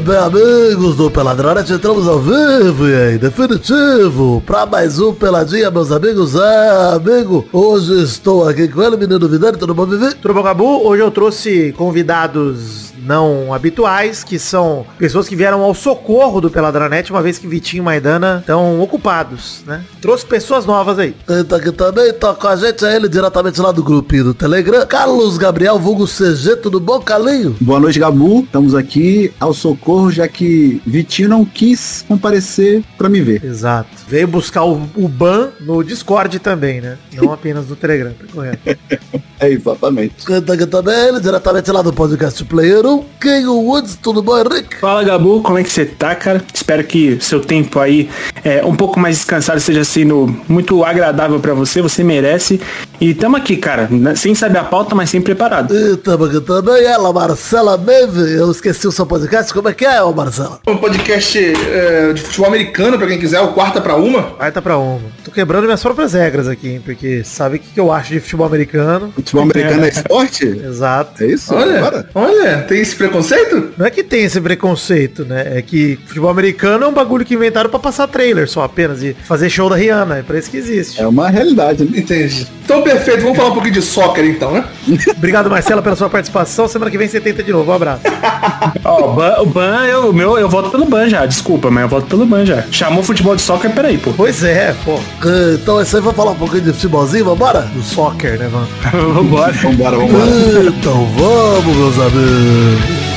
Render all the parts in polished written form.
bem, amigos do Peladronete, entramos ao vivo e em definitivo pra mais um Peladinha, meus amigos. Amigo, hoje estou aqui com ele, menino Vidani, tudo bom, Vivi? Tudo bom, Gabu? Hoje eu trouxe convidados não habituais, que são pessoas que vieram ao socorro do Peladronete, uma vez que Vitinho e Maidana estão ocupados, né? Trouxe pessoas novas aí. Tá aqui também, tá com a gente, ele diretamente lá do grupinho do Telegram, Carlos Gabriel, vulgo CG, tudo bom, Carlinho? Boa noite, Gabu. Estamos aqui ao socorro, já que Vitinho não quis comparecer pra me ver. Exato. Veio buscar o ban no Discord também, né? Não apenas no Telegram, tá correto. É, exatamente. Tá aqui também, ele diretamente lá do Podcast Player 1, Ken Woods, tudo bom, Henrique? Fala, Gabu, como é que você tá, cara? Espero que seu tempo aí um pouco mais descansado esteja sendo muito agradável pra você, você merece. E tamo aqui, cara, sem saber a pauta, mas sempre preparado. E tamo aqui também, ela, Marcela Meve, eu esqueci o seu podcast, como é que é, ô Marcela? Um podcast de futebol americano, pra quem quiser, o Quarta pra Uma. Quarta pra Uma. Tô quebrando minhas próprias regras aqui, hein, porque sabe o que eu acho de futebol americano. Futebol americano é esporte? Exato. É isso? Olha, tem esse preconceito? Não é que tem esse preconceito, né? É que futebol americano é um bagulho que inventaram pra passar trailer só apenas e fazer show da Rihanna. É pra isso que existe. É uma realidade, né? Entendi. Então, perfeito. Vamos falar um pouquinho de soccer, então, né? Obrigado, Marcela, pela sua participação. Semana que vem você tenta de novo. Um abraço. O ban, eu voto pelo ban já. Desculpa, mas eu voto pelo ban já. Chamou futebol de soccer, peraí, pô. Pois é, pô. Então esse aí vai falar um pouquinho de futebolzinho, vambora? Do soccer, né, mano? Vambora. Então vamos, meus amigos.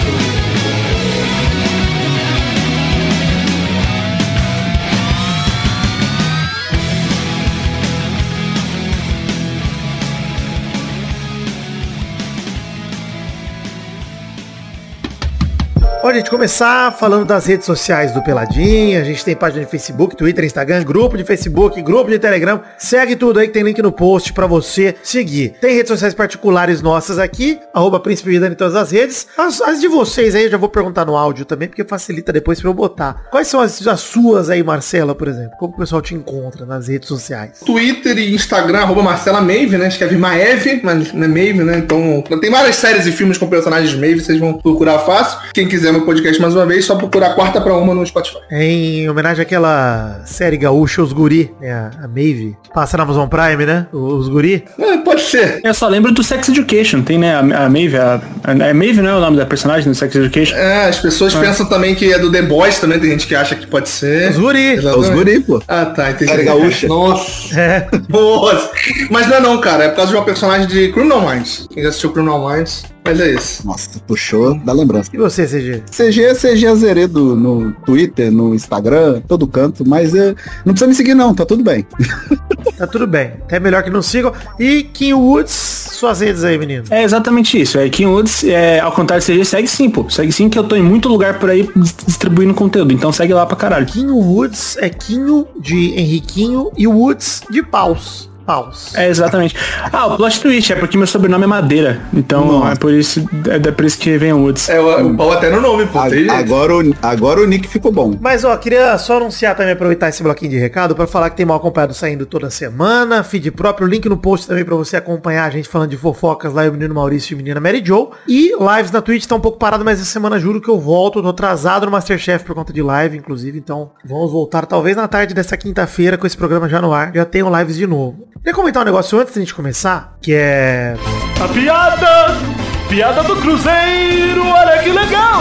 Ó, gente, começar falando das redes sociais do Peladinha. A gente tem página de Facebook, Twitter, Instagram, grupo de Facebook, grupo de Telegram. Segue tudo aí que tem link no post pra você seguir. Tem redes sociais particulares nossas aqui, @Príncipe Vidani em todas as redes. As de vocês aí eu já vou perguntar no áudio também, porque facilita depois pra eu botar. Quais são as suas aí, Marcela, por exemplo? Como o pessoal te encontra nas redes sociais? Twitter e Instagram, @Marcela Maeve, né? Escreve Maeve, mas não é Maeve, né? Então, tem várias séries e filmes com personagens Maeve, vocês vão procurar fácil. Quem quiser no podcast mais uma vez, só procurar Quarta pra Uma no Spotify. Em homenagem àquela série gaúcha, Os Guri, né? A Maeve, que passa na Amazon Prime, né? Os Guri. Pode ser. Eu só lembro do Sex Education, tem, né? A Maeve, a Maeve não é o nome da personagem do Sex Education? As pessoas pensam também que é do The Boys também, tem gente que acha que pode ser. Os Guri. Os Guri, pô. Ah, tá, entendi. Série gaúcha. Nossa. É. Nossa. Mas não, cara, é por causa de uma personagem de Criminal Minds. Quem já assistiu Criminal Minds, mas é isso. Nossa, puxou da lembrança. E você, CG? CG Azeredo no Twitter, no Instagram, todo canto, mas não precisa me seguir não, tá tudo bem. Tá tudo bem. Até melhor que não sigam. E Ken Woods, suas redes aí, menino. É exatamente isso. Kim Woods, ao contrário do CG, segue sim, pô. Segue sim, que eu tô em muito lugar por aí distribuindo conteúdo. Então segue lá pra caralho. Ken Woods é Quinho de Henriquinho e Woods de Paus. É, exatamente. O plot twist é porque meu sobrenome é Madeira. Então é por isso que vem o Woods. O pau até no nome, pô. Agora o nick ficou bom. Mas, queria só anunciar também, aproveitar esse bloquinho de recado pra falar que tem Mal Acompanhado saindo toda semana. Feed próprio, link no post também pra você acompanhar a gente falando de fofocas lá, o menino Maurício e a menina Mary Jo. E lives na Twitch tá um pouco parado, mas essa semana juro que eu volto. Tô atrasado no Masterchef por conta de live, inclusive. Então vamos voltar talvez na tarde dessa quinta-feira com esse programa já no ar. Já tenho lives de novo. Queria comentar um negócio antes da gente começar, que é... A piada do Cruzeiro, olha que legal!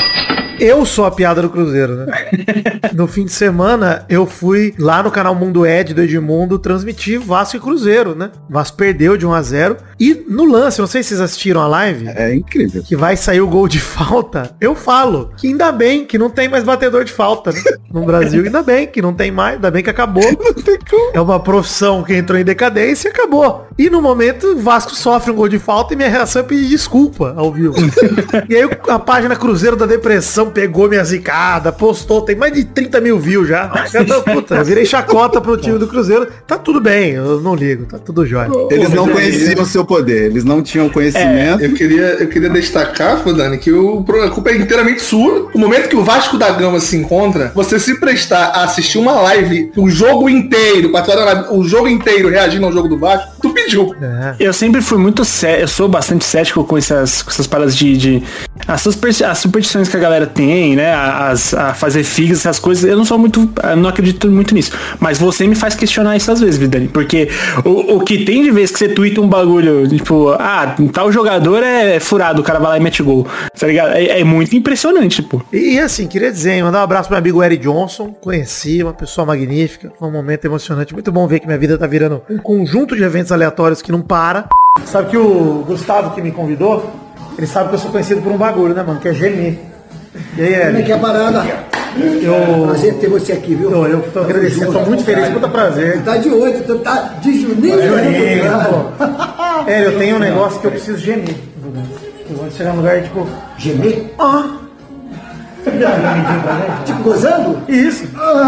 Eu sou a piada do Cruzeiro, né? No fim de semana, eu fui lá no canal Mundo Ed do Edmundo transmitir Vasco e Cruzeiro, né? Vasco perdeu de 1-0. E no lance, não sei se vocês assistiram a live. É incrível. Que vai sair o gol de falta. Eu falo que ainda bem que não tem mais batedor de falta, né? No Brasil, ainda bem que não tem mais. Ainda bem que acabou. Não tem como. É uma profissão que entrou em decadência e acabou. E no momento, o Vasco sofre um gol de falta e minha reação é pedir desculpa ao vivo. E aí a página Cruzeiro da Depressão pegou minha zicada, postou, tem mais de 30 mil views já. Eu virei chacota pro time do Cruzeiro. Tá tudo bem, eu não ligo, tá tudo jóia. Eles não conheciam o seu poder, eles não tinham conhecimento. Eu queria destacar, Fodani, que a culpa é inteiramente sua. No momento que o Vasco da Gama se encontra, você se prestar a assistir uma live, o jogo inteiro, o jogo inteiro reagindo ao jogo do Vasco, tu pediu. Eu sempre fui eu sou bastante cético com essas paradas as superstições que a galera tem tem, né? A fazer figas, essas coisas, eu não acredito muito nisso. Mas você me faz questionar isso às vezes, Vidani, porque o que tem de vez que você twitta um bagulho, tipo, tal jogador é furado, o cara vai lá e mete gol, tá ligado? É muito impressionante, pô. E assim, queria dizer, mandar um abraço pro meu amigo Eric Johnson, conheci, uma pessoa magnífica, foi um momento emocionante, muito bom ver que minha vida tá virando um conjunto de eventos aleatórios que não para. Sabe que o Gustavo que me convidou, ele sabe que eu sou conhecido por um bagulho, né, mano, que é gemer. E aí, Como é que é a parada? Prazer ter você aqui, viu? Eu tô agradecendo, tô muito feliz, muito prazer. Tu tá de 8, tu tá de juninho. Eu tenho um negócio que eu preciso gemer. Eu vou chegar num lugar tipo... Gemer? Tipo gozando? Isso.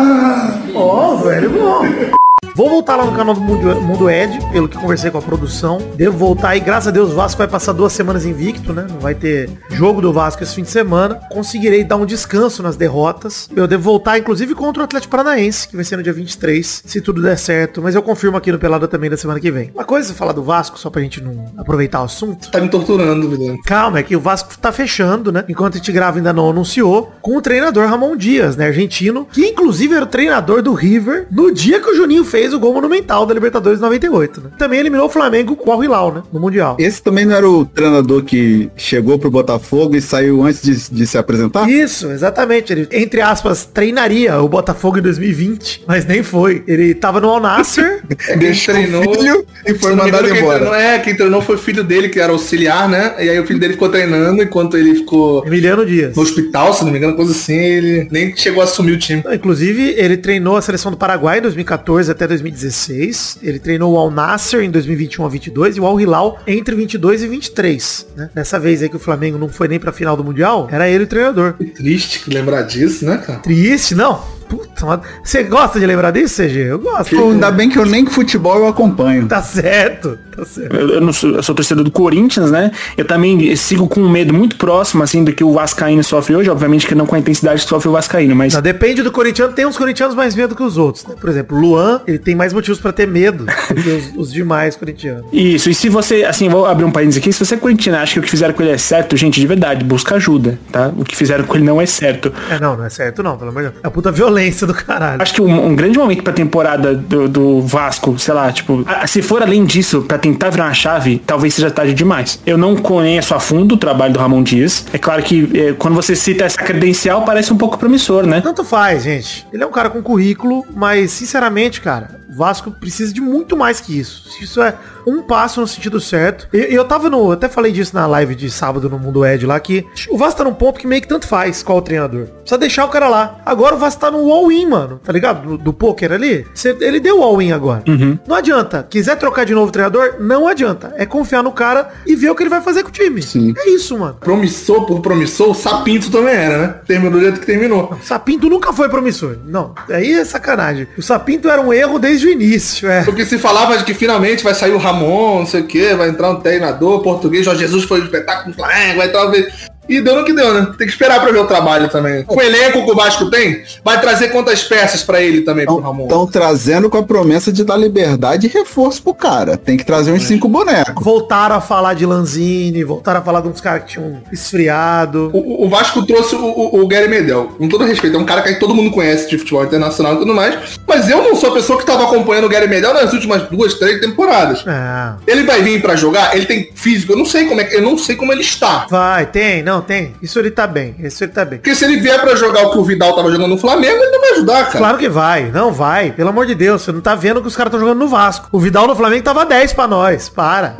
Velho, bom. Vou voltar lá no canal do Mundo Ed, pelo que conversei com a produção. Devo voltar e graças a Deus o Vasco vai passar 2 semanas invicto, né? Não vai ter jogo do Vasco esse fim de semana. Conseguirei dar um descanso nas derrotas. Eu devo voltar, inclusive, contra o Atlético Paranaense, que vai ser no dia 23, se tudo der certo. Mas eu confirmo aqui no Pelada também da semana que vem. Uma coisa é falar do Vasco, só pra gente não aproveitar o assunto. Tá me torturando, Vidani. Calma, é que o Vasco tá fechando, né? Enquanto a gente grava ainda não anunciou, com o treinador Ramon Dias, né? Argentino, que inclusive era o treinador do River no dia que o Juninho fez o gol monumental da Libertadores 98, né? Também eliminou o Flamengo com o Al-Hilal, né? No Mundial. Esse também não era o treinador que chegou pro Botafogo e saiu antes de se apresentar? Isso, exatamente. Ele, entre aspas, treinaria o Botafogo em 2020, mas nem foi. Ele tava no Al-Nassr. Deixou o filho e foi mandado embora. Quem treinou foi o filho dele, que era auxiliar, né? E aí o filho dele ficou treinando enquanto ele ficou... Emiliano Dias. No hospital, se não me engano, coisa assim. Ele nem chegou a assumir o time. Inclusive, ele treinou a seleção do Paraguai em 2014 até 2016. Ele treinou o Al-Nassr em 2021 a 22 e o Al-Hilal entre 22 e 23, né? Dessa vez aí que o Flamengo não foi nem pra final do Mundial, era ele o treinador. Que triste lembrar disso, né, cara? Triste, não. Puta, você gosta de lembrar disso, CG? Eu gosto. Pô, ainda bem que eu nem futebol eu acompanho. Tá certo, tá certo. Eu sou torcedor do Corinthians, né? Eu também sigo com um medo muito próximo, assim, do que o Vascaíno sofre hoje. Obviamente que não com a intensidade que sofre o Vascaíno, mas... Não, depende do corintiano. Tem uns corintianos mais medo que os outros, né? Por exemplo, o Luan, ele tem mais motivos pra ter medo do que os demais corintianos. Isso, e se você, assim, vou abrir um parênteses aqui, se você é corintiano acha que o que fizeram com ele é certo, gente, de verdade, busca ajuda, tá? O que fizeram com ele não é certo. Não é certo não, pelo amor de Deus. É a puta violência do caralho. Acho que um grande momento pra temporada do Vasco, sei lá, tipo, se for além disso, pra tentar virar uma chave, talvez seja tarde demais. Eu não conheço a fundo o trabalho do Ramon Dias. É claro que quando você cita essa credencial, parece um pouco promissor, né? Tanto faz, gente. Ele é um cara com currículo, mas, sinceramente, cara, o Vasco precisa de muito mais que isso. Isso é um passo no sentido certo. Eu tava eu até falei disso na live de sábado no Mundo Ed lá, que o Vasco tá num ponto que meio que tanto faz qual o treinador. Precisa deixar o cara lá. Agora o Vasco tá no all-in, mano. Tá ligado? Do poker ali. Ele deu all-in agora. Uhum. Não adianta. Quiser trocar de novo o treinador, não adianta. É confiar no cara e ver o que ele vai fazer com o time. Sim. É isso, mano. Promissor por promissor, o Sapinto também era, né? Terminou do jeito que terminou. O Sapinto nunca foi promissor. Não. Aí é sacanagem. O Sapinto era um erro desde o início. Porque se falava de que finalmente vai sair o Ramon, não sei o que, vai entrar um treinador português, Jorge Jesus foi um espetáculo no Flamengo, vai entrar E deu no que deu, né? Tem que esperar pra ver o trabalho também. O elenco que o Vasco tem, vai trazer quantas peças pra ele também, pro Ramon? Estão trazendo com a promessa de dar liberdade e reforço pro cara. Tem que trazer uns 5 bonecos. Voltaram a falar de Lanzini, voltaram a falar de uns caras que tinham esfriado. O Vasco trouxe o Gary Medel. Com todo respeito, é um cara que todo mundo conhece de futebol internacional e tudo mais. Mas eu não sou a pessoa que tava acompanhando o Gary Medel nas últimas 2, 3 temporadas. Ele vai vir pra jogar, ele tem físico, eu não sei como ele está. Não, tem. Isso ele tá bem. Porque se ele vier pra jogar o que o Vidal tava jogando no Flamengo, ele não vai ajudar, cara. Claro que vai. Não vai. Pelo amor de Deus. Você não tá vendo que os caras estão jogando no Vasco. O Vidal no Flamengo tava 10 pra nós. Para.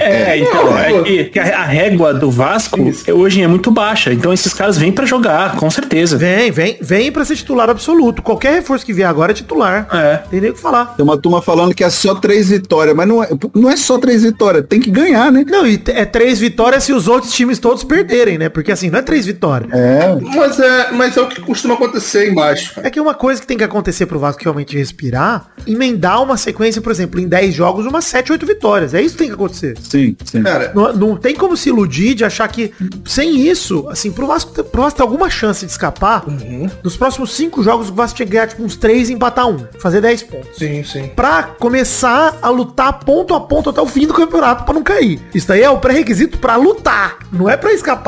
Então, que a régua do Vasco hoje é muito baixa. Então esses caras vêm pra jogar, com certeza. Vem pra ser titular absoluto. Qualquer reforço que vier agora é titular. Tem nem o que falar. Tem uma turma falando que é só 3 vitórias, mas não é só 3 vitórias. Tem que ganhar, né? Não, e é 3 vitórias se os outros times todos perderem, né? Porque assim, não é 3 vitórias. Mas é o que costuma acontecer embaixo. É que uma coisa que tem que acontecer pro Vasco realmente respirar, emendar uma sequência, por exemplo, em 10 jogos, umas 7, 8 vitórias. É isso que tem que acontecer. Sim. Cara, não tem como se iludir de achar que sem isso, assim, pro Vasco ter alguma chance de escapar, nos próximos 5 jogos o Vasco tinha que ganhar tipo uns 3 e empatar 1. Fazer 10 pontos. Sim. Pra começar a lutar ponto a ponto até o fim do campeonato pra não cair. Isso daí é o pré-requisito pra lutar, não é pra escapar.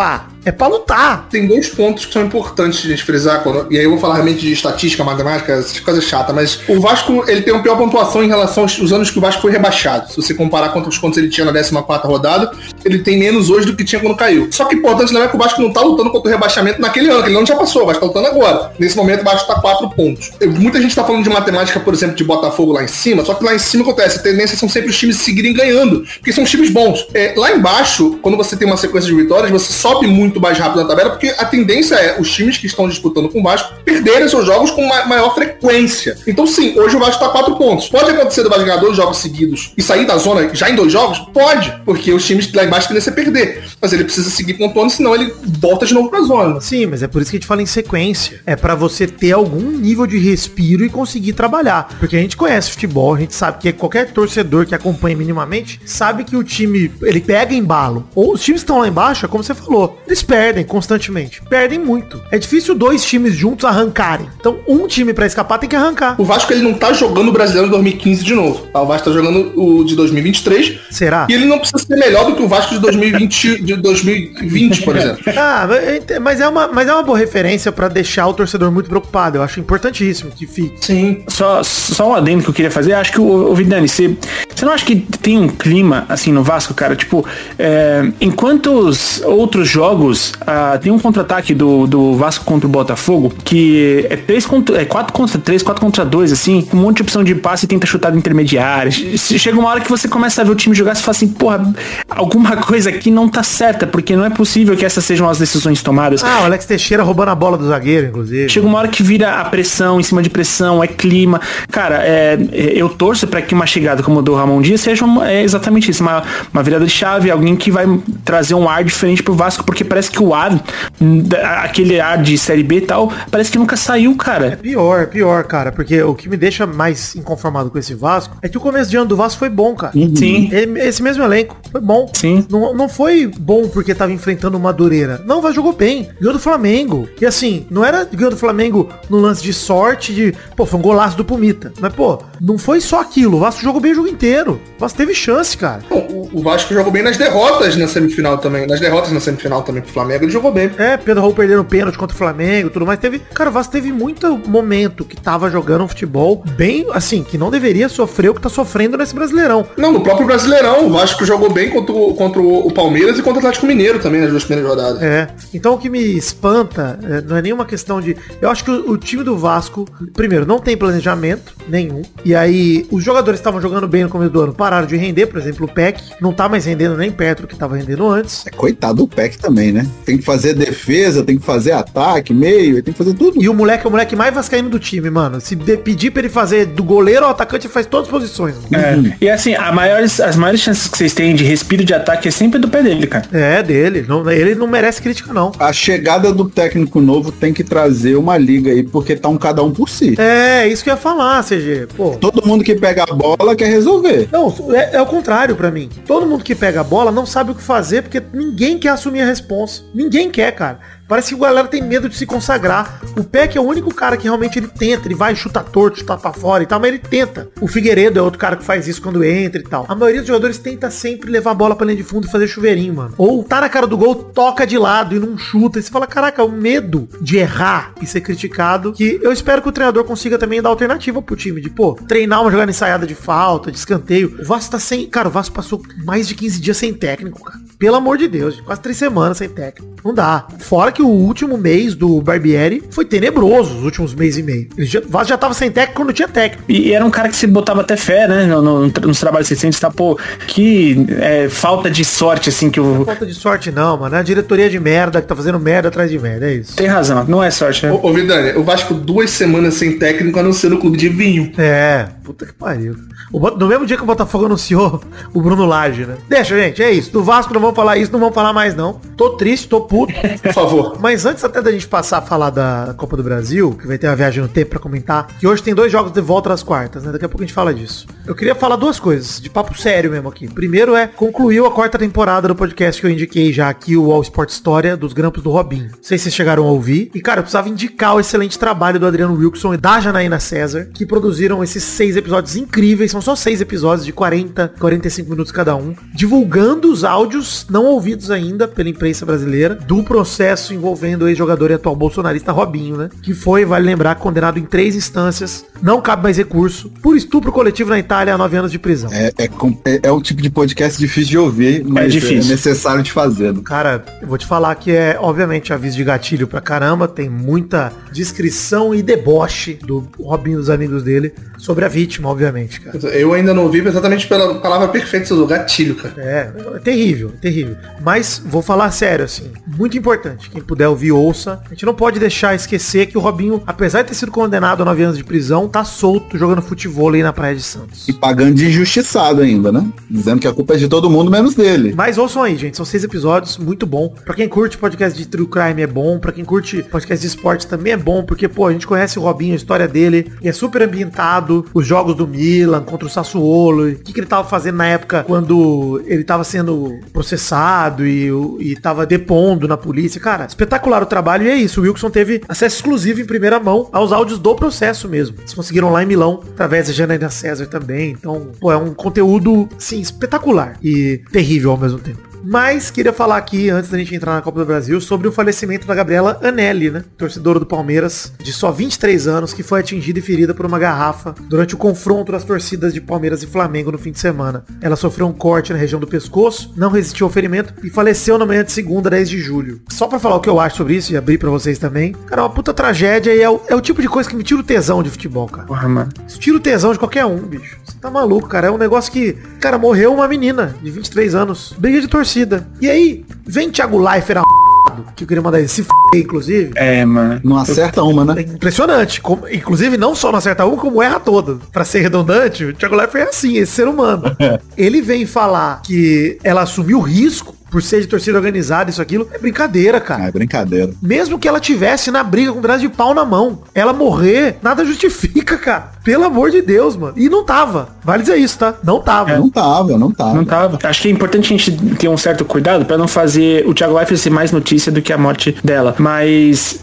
É pra lutar. Tem 2 pontos que são importantes de a gente frisar, e aí eu vou falar realmente de estatística, matemática, essas coisas chatas, mas o Vasco, ele tem uma pior pontuação em relação aos anos que o Vasco foi rebaixado. Se você comparar quantos pontos ele tinha na 14ª rodada, ele tem menos hoje do que tinha quando caiu. Só que é importante lembrar que o Vasco não tá lutando contra o rebaixamento naquele ano, aquele ano já passou, o Vasco tá lutando agora. Nesse momento o Vasco tá 4 pontos. Muita gente tá falando de matemática, por exemplo, de Botafogo lá em cima, só que lá em cima acontece, a tendência são sempre os times seguirem ganhando, porque são times bons. Lá embaixo, quando você tem uma sequência de vitórias, você sobe muito mais rápido na tabela, porque a tendência é os times que estão disputando com o Vasco perderem seus jogos com maior frequência. Então sim, hoje o Vasco tá 4 pontos. Pode acontecer do Vasco ganhar 2 jogos seguidos e sair da zona já em 2 jogos? Pode, porque os times lá embaixo tendem a perder. Mas ele precisa seguir pontuando, senão ele volta de novo pra zona. Sim, mas é por isso que a gente fala em sequência. É pra você ter algum nível de respiro e conseguir trabalhar. Porque a gente conhece futebol, a gente sabe que qualquer torcedor que acompanha minimamente sabe que o time, ele pega embalo. Ou os times que estão lá embaixo, é como você falou, eles perdem constantemente. Perdem muito. É difícil 2 times juntos arrancarem. Então, um time pra escapar tem que arrancar. O Vasco, ele não tá jogando o Brasileiro de 2015 de novo. Tá? O Vasco tá jogando o de 2023. Será? E ele não precisa ser melhor do que o Vasco de 2020, por exemplo. Mas é uma boa referência pra deixar o torcedor muito preocupado. Eu acho importantíssimo que fique. Sim. Só um adendo que eu queria fazer. Acho que o Vidani, você não acha que tem um clima, assim, no Vasco, cara? Tipo, em quantos outros jogos tem um contra-ataque do Vasco contra o Botafogo que é 4 contra 3, 4 contra 2, assim, com um monte de opção de passe e tenta chutar do intermediário. Chega uma hora que você começa a ver o time jogar e você fala assim, porra, alguma coisa aqui não tá certa, porque não é possível que essas sejam as decisões tomadas. O Alex Teixeira roubando a bola do zagueiro, inclusive. Chega uma hora que vira a pressão, em cima de pressão, é clima. Cara, eu torço pra que uma chegada como a do Ramon Dias seja exatamente isso, uma virada de chave, alguém que vai trazer um ar diferente pro Vasco, porque parece que o ar, aquele ar de Série B e tal, parece que nunca saiu, cara. É pior, cara, porque o que me deixa mais inconformado com esse Vasco é que o começo de ano do Vasco foi bom, cara. Sim. Esse mesmo elenco foi bom. Sim. Não foi bom porque tava enfrentando uma Madureira. Não, o Vasco jogou bem. Ganhou do Flamengo. E assim, não era ganhou do Flamengo no lance de sorte, foi um golaço do Pumita. Mas, não foi só aquilo. O Vasco jogou bem o jogo inteiro. O Vasco teve chance, cara. O Vasco jogou bem nas derrotas na semifinal também. Nas derrotas na semifinal também pro Flamengo, ele jogou bem. Pedro Raul perdendo pênalti contra o Flamengo, tudo mais. Cara, o Vasco teve muito momento que tava jogando um futebol bem, assim, que não deveria sofrer o que tá sofrendo nesse Brasileirão. Não, no próprio Brasileirão, o Vasco jogou bem contra o Palmeiras e contra o Atlético Mineiro também, nas 2 primeiras rodadas. Então o que me espanta não é nenhuma questão de... Eu acho que o time do Vasco, primeiro, não tem planejamento nenhum. E aí, os jogadores estavam jogando bem no começo do ano, pararam de render, por exemplo, o Peck não tá mais rendendo nem perto do que tava rendendo antes. Coitado do Peck também, né? Tem que fazer defesa, tem que fazer ataque, meio, tem que fazer tudo. E o moleque é o moleque mais vascaíno do time, mano. Se pedir pra ele fazer do goleiro ao atacante, ele faz todas as posições. E assim, as maiores chances que vocês têm de respiro de ataque é sempre do pé dele, cara. Dele. Ele não merece crítica, não. A chegada do técnico novo tem que trazer uma liga aí, porque tá cada um por si. Isso que eu ia falar, CG. Todo mundo que pega a bola quer resolver. Não, é o contrário pra mim. Todo mundo que pega a bola não sabe o que fazer, porque ninguém quer assumir a responsa. Ninguém quer, cara. Parece que a galera tem medo de se consagrar. O Peck é o único cara que realmente ele tenta. Ele vai chutar torto, chutar pra fora e tal, mas ele tenta. O Figueiredo é outro cara que faz isso quando entra e tal. A maioria dos jogadores tenta sempre levar a bola pra linha de fundo e fazer chuveirinho, mano. Ou tá na cara do gol, toca de lado e não chuta. E você fala, caraca, o medo de errar e ser criticado, que eu espero que o treinador consiga também dar alternativa pro time. De, treinar uma jogada ensaiada de falta, de escanteio. O Vasco tá sem... Cara, o Vasco passou mais de 15 dias sem técnico, cara. Pelo amor de Deus, quase 3 semanas sem técnico. Não dá. Fora que o último mês do Barbieri foi tenebroso, os últimos mês e meio. O Vasco já tava sem técnico quando tinha técnico. E era um cara que se botava até fé, né? Nos trabalhos recentes, tá? Que falta de sorte, assim, que o... Não é falta de sorte não, mano. É a diretoria de merda que tá fazendo merda atrás de merda, é isso. Tem razão, não é sorte, né? Ô Vidani, o Vasco 2 semanas sem técnico anunciou no clube de vinho. Puta que pariu. No mesmo dia que o Botafogo anunciou o Bruno Lage, né? Deixa, gente, é isso. Do Vasco não vamos falar isso, não vamos falar mais não. Tô triste, tô puto. Por favor. Mas antes até da gente passar a falar da Copa do Brasil, que vai ter uma viagem no tempo pra comentar, que hoje tem 2 jogos de volta das quartas, né? Daqui a pouco a gente fala disso. Eu queria falar 2 coisas, de papo sério mesmo aqui. Primeiro concluiu a 4ª temporada do podcast que eu indiquei já aqui, o All Sport História dos Grampos do Robinho. Não sei se vocês chegaram a ouvir. E, cara, eu precisava indicar o excelente trabalho do Adriano Wilson e da Janaína César, que produziram esses 6 6 episódios incríveis, são só 6 episódios de 40, 45 minutos cada um, divulgando os áudios não ouvidos ainda pela imprensa brasileira do processo envolvendo o ex-jogador e atual bolsonarista Robinho, né? Que foi, vale lembrar, condenado em 3 instâncias, não cabe mais recurso, por estupro coletivo na Itália a 9 anos de prisão. É um tipo de podcast difícil de ouvir, mas é necessário de fazer. Cara, eu vou te falar que obviamente, aviso de gatilho pra caramba, tem muita descrição e deboche do Robinho e dos amigos dele sobre a vítima, obviamente, cara. Eu ainda não ouvi exatamente pela palavra perfeita, seu gatilho, cara. É terrível, terrível. Mas vou falar sério, assim, muito importante. Quem puder ouvir, ouça. A gente não pode deixar esquecer que o Robinho, apesar de ter sido condenado a 9 anos de prisão, tá solto jogando futebol aí na Praia de Santos. E pagando de injustiçado ainda, né? Dizendo que a culpa é de todo mundo, menos dele. Mas ouçam aí, gente. São 6 episódios, muito bom. Pra quem curte podcast de True Crime é bom. Pra quem curte podcast de esporte também é bom. Porque, pô, a gente conhece o Robinho, a história dele. E é super ambientado. Os jogos do Milan contra o Sassuolo. O que ele tava fazendo na época quando ele tava sendo processado e tava depondo na polícia. Cara, espetacular o trabalho. E é isso. O Wilson teve acesso exclusivo em primeira mão aos áudios do processo mesmo. Eles conseguiram lá em Milão, através da Janaína César também. Então, pô, é um conteúdo, sim, espetacular e terrível ao mesmo tempo. Mas queria falar aqui, antes da gente entrar na Copa do Brasil, sobre o falecimento da Gabriela Anelli, né? Torcedora do Palmeiras, de só 23 anos, que foi atingida e ferida por uma garrafa durante o confronto das torcidas de Palmeiras e Flamengo no fim de semana. Ela sofreu um corte na região do pescoço, não resistiu ao ferimento e faleceu na manhã de segunda, 10 de julho. Só pra falar o que eu acho sobre isso e abrir pra vocês também. Cara, é uma puta tragédia e é o tipo de coisa que me tira o tesão de futebol, cara. Porra, mano. Isso tira o tesão de qualquer um, bicho. Você tá maluco, cara. É um negócio que... Cara, morreu uma menina de 23 anos. Briga de torcida. E aí, vem Thiago Leifert, que eu queria mandar esse inclusive. Mano. Não acerta uma, né? É impressionante. Inclusive, não só não acerta uma, como erra toda. Pra ser redundante, o Thiago Leifert é assim, esse ser humano. Ele vem falar que ela assumiu risco por ser de torcida organizada, isso, aquilo, é brincadeira, cara. É brincadeira. Mesmo que ela tivesse na briga com um pedaço de pau na mão, ela morrer, nada justifica, cara. Pelo amor de Deus, mano. E não tava. Vale dizer isso, tá? Não tava. Não tava. Acho que é importante a gente ter um certo cuidado pra não fazer o Thiago Leifert ser mais notícia do que a morte dela. Mas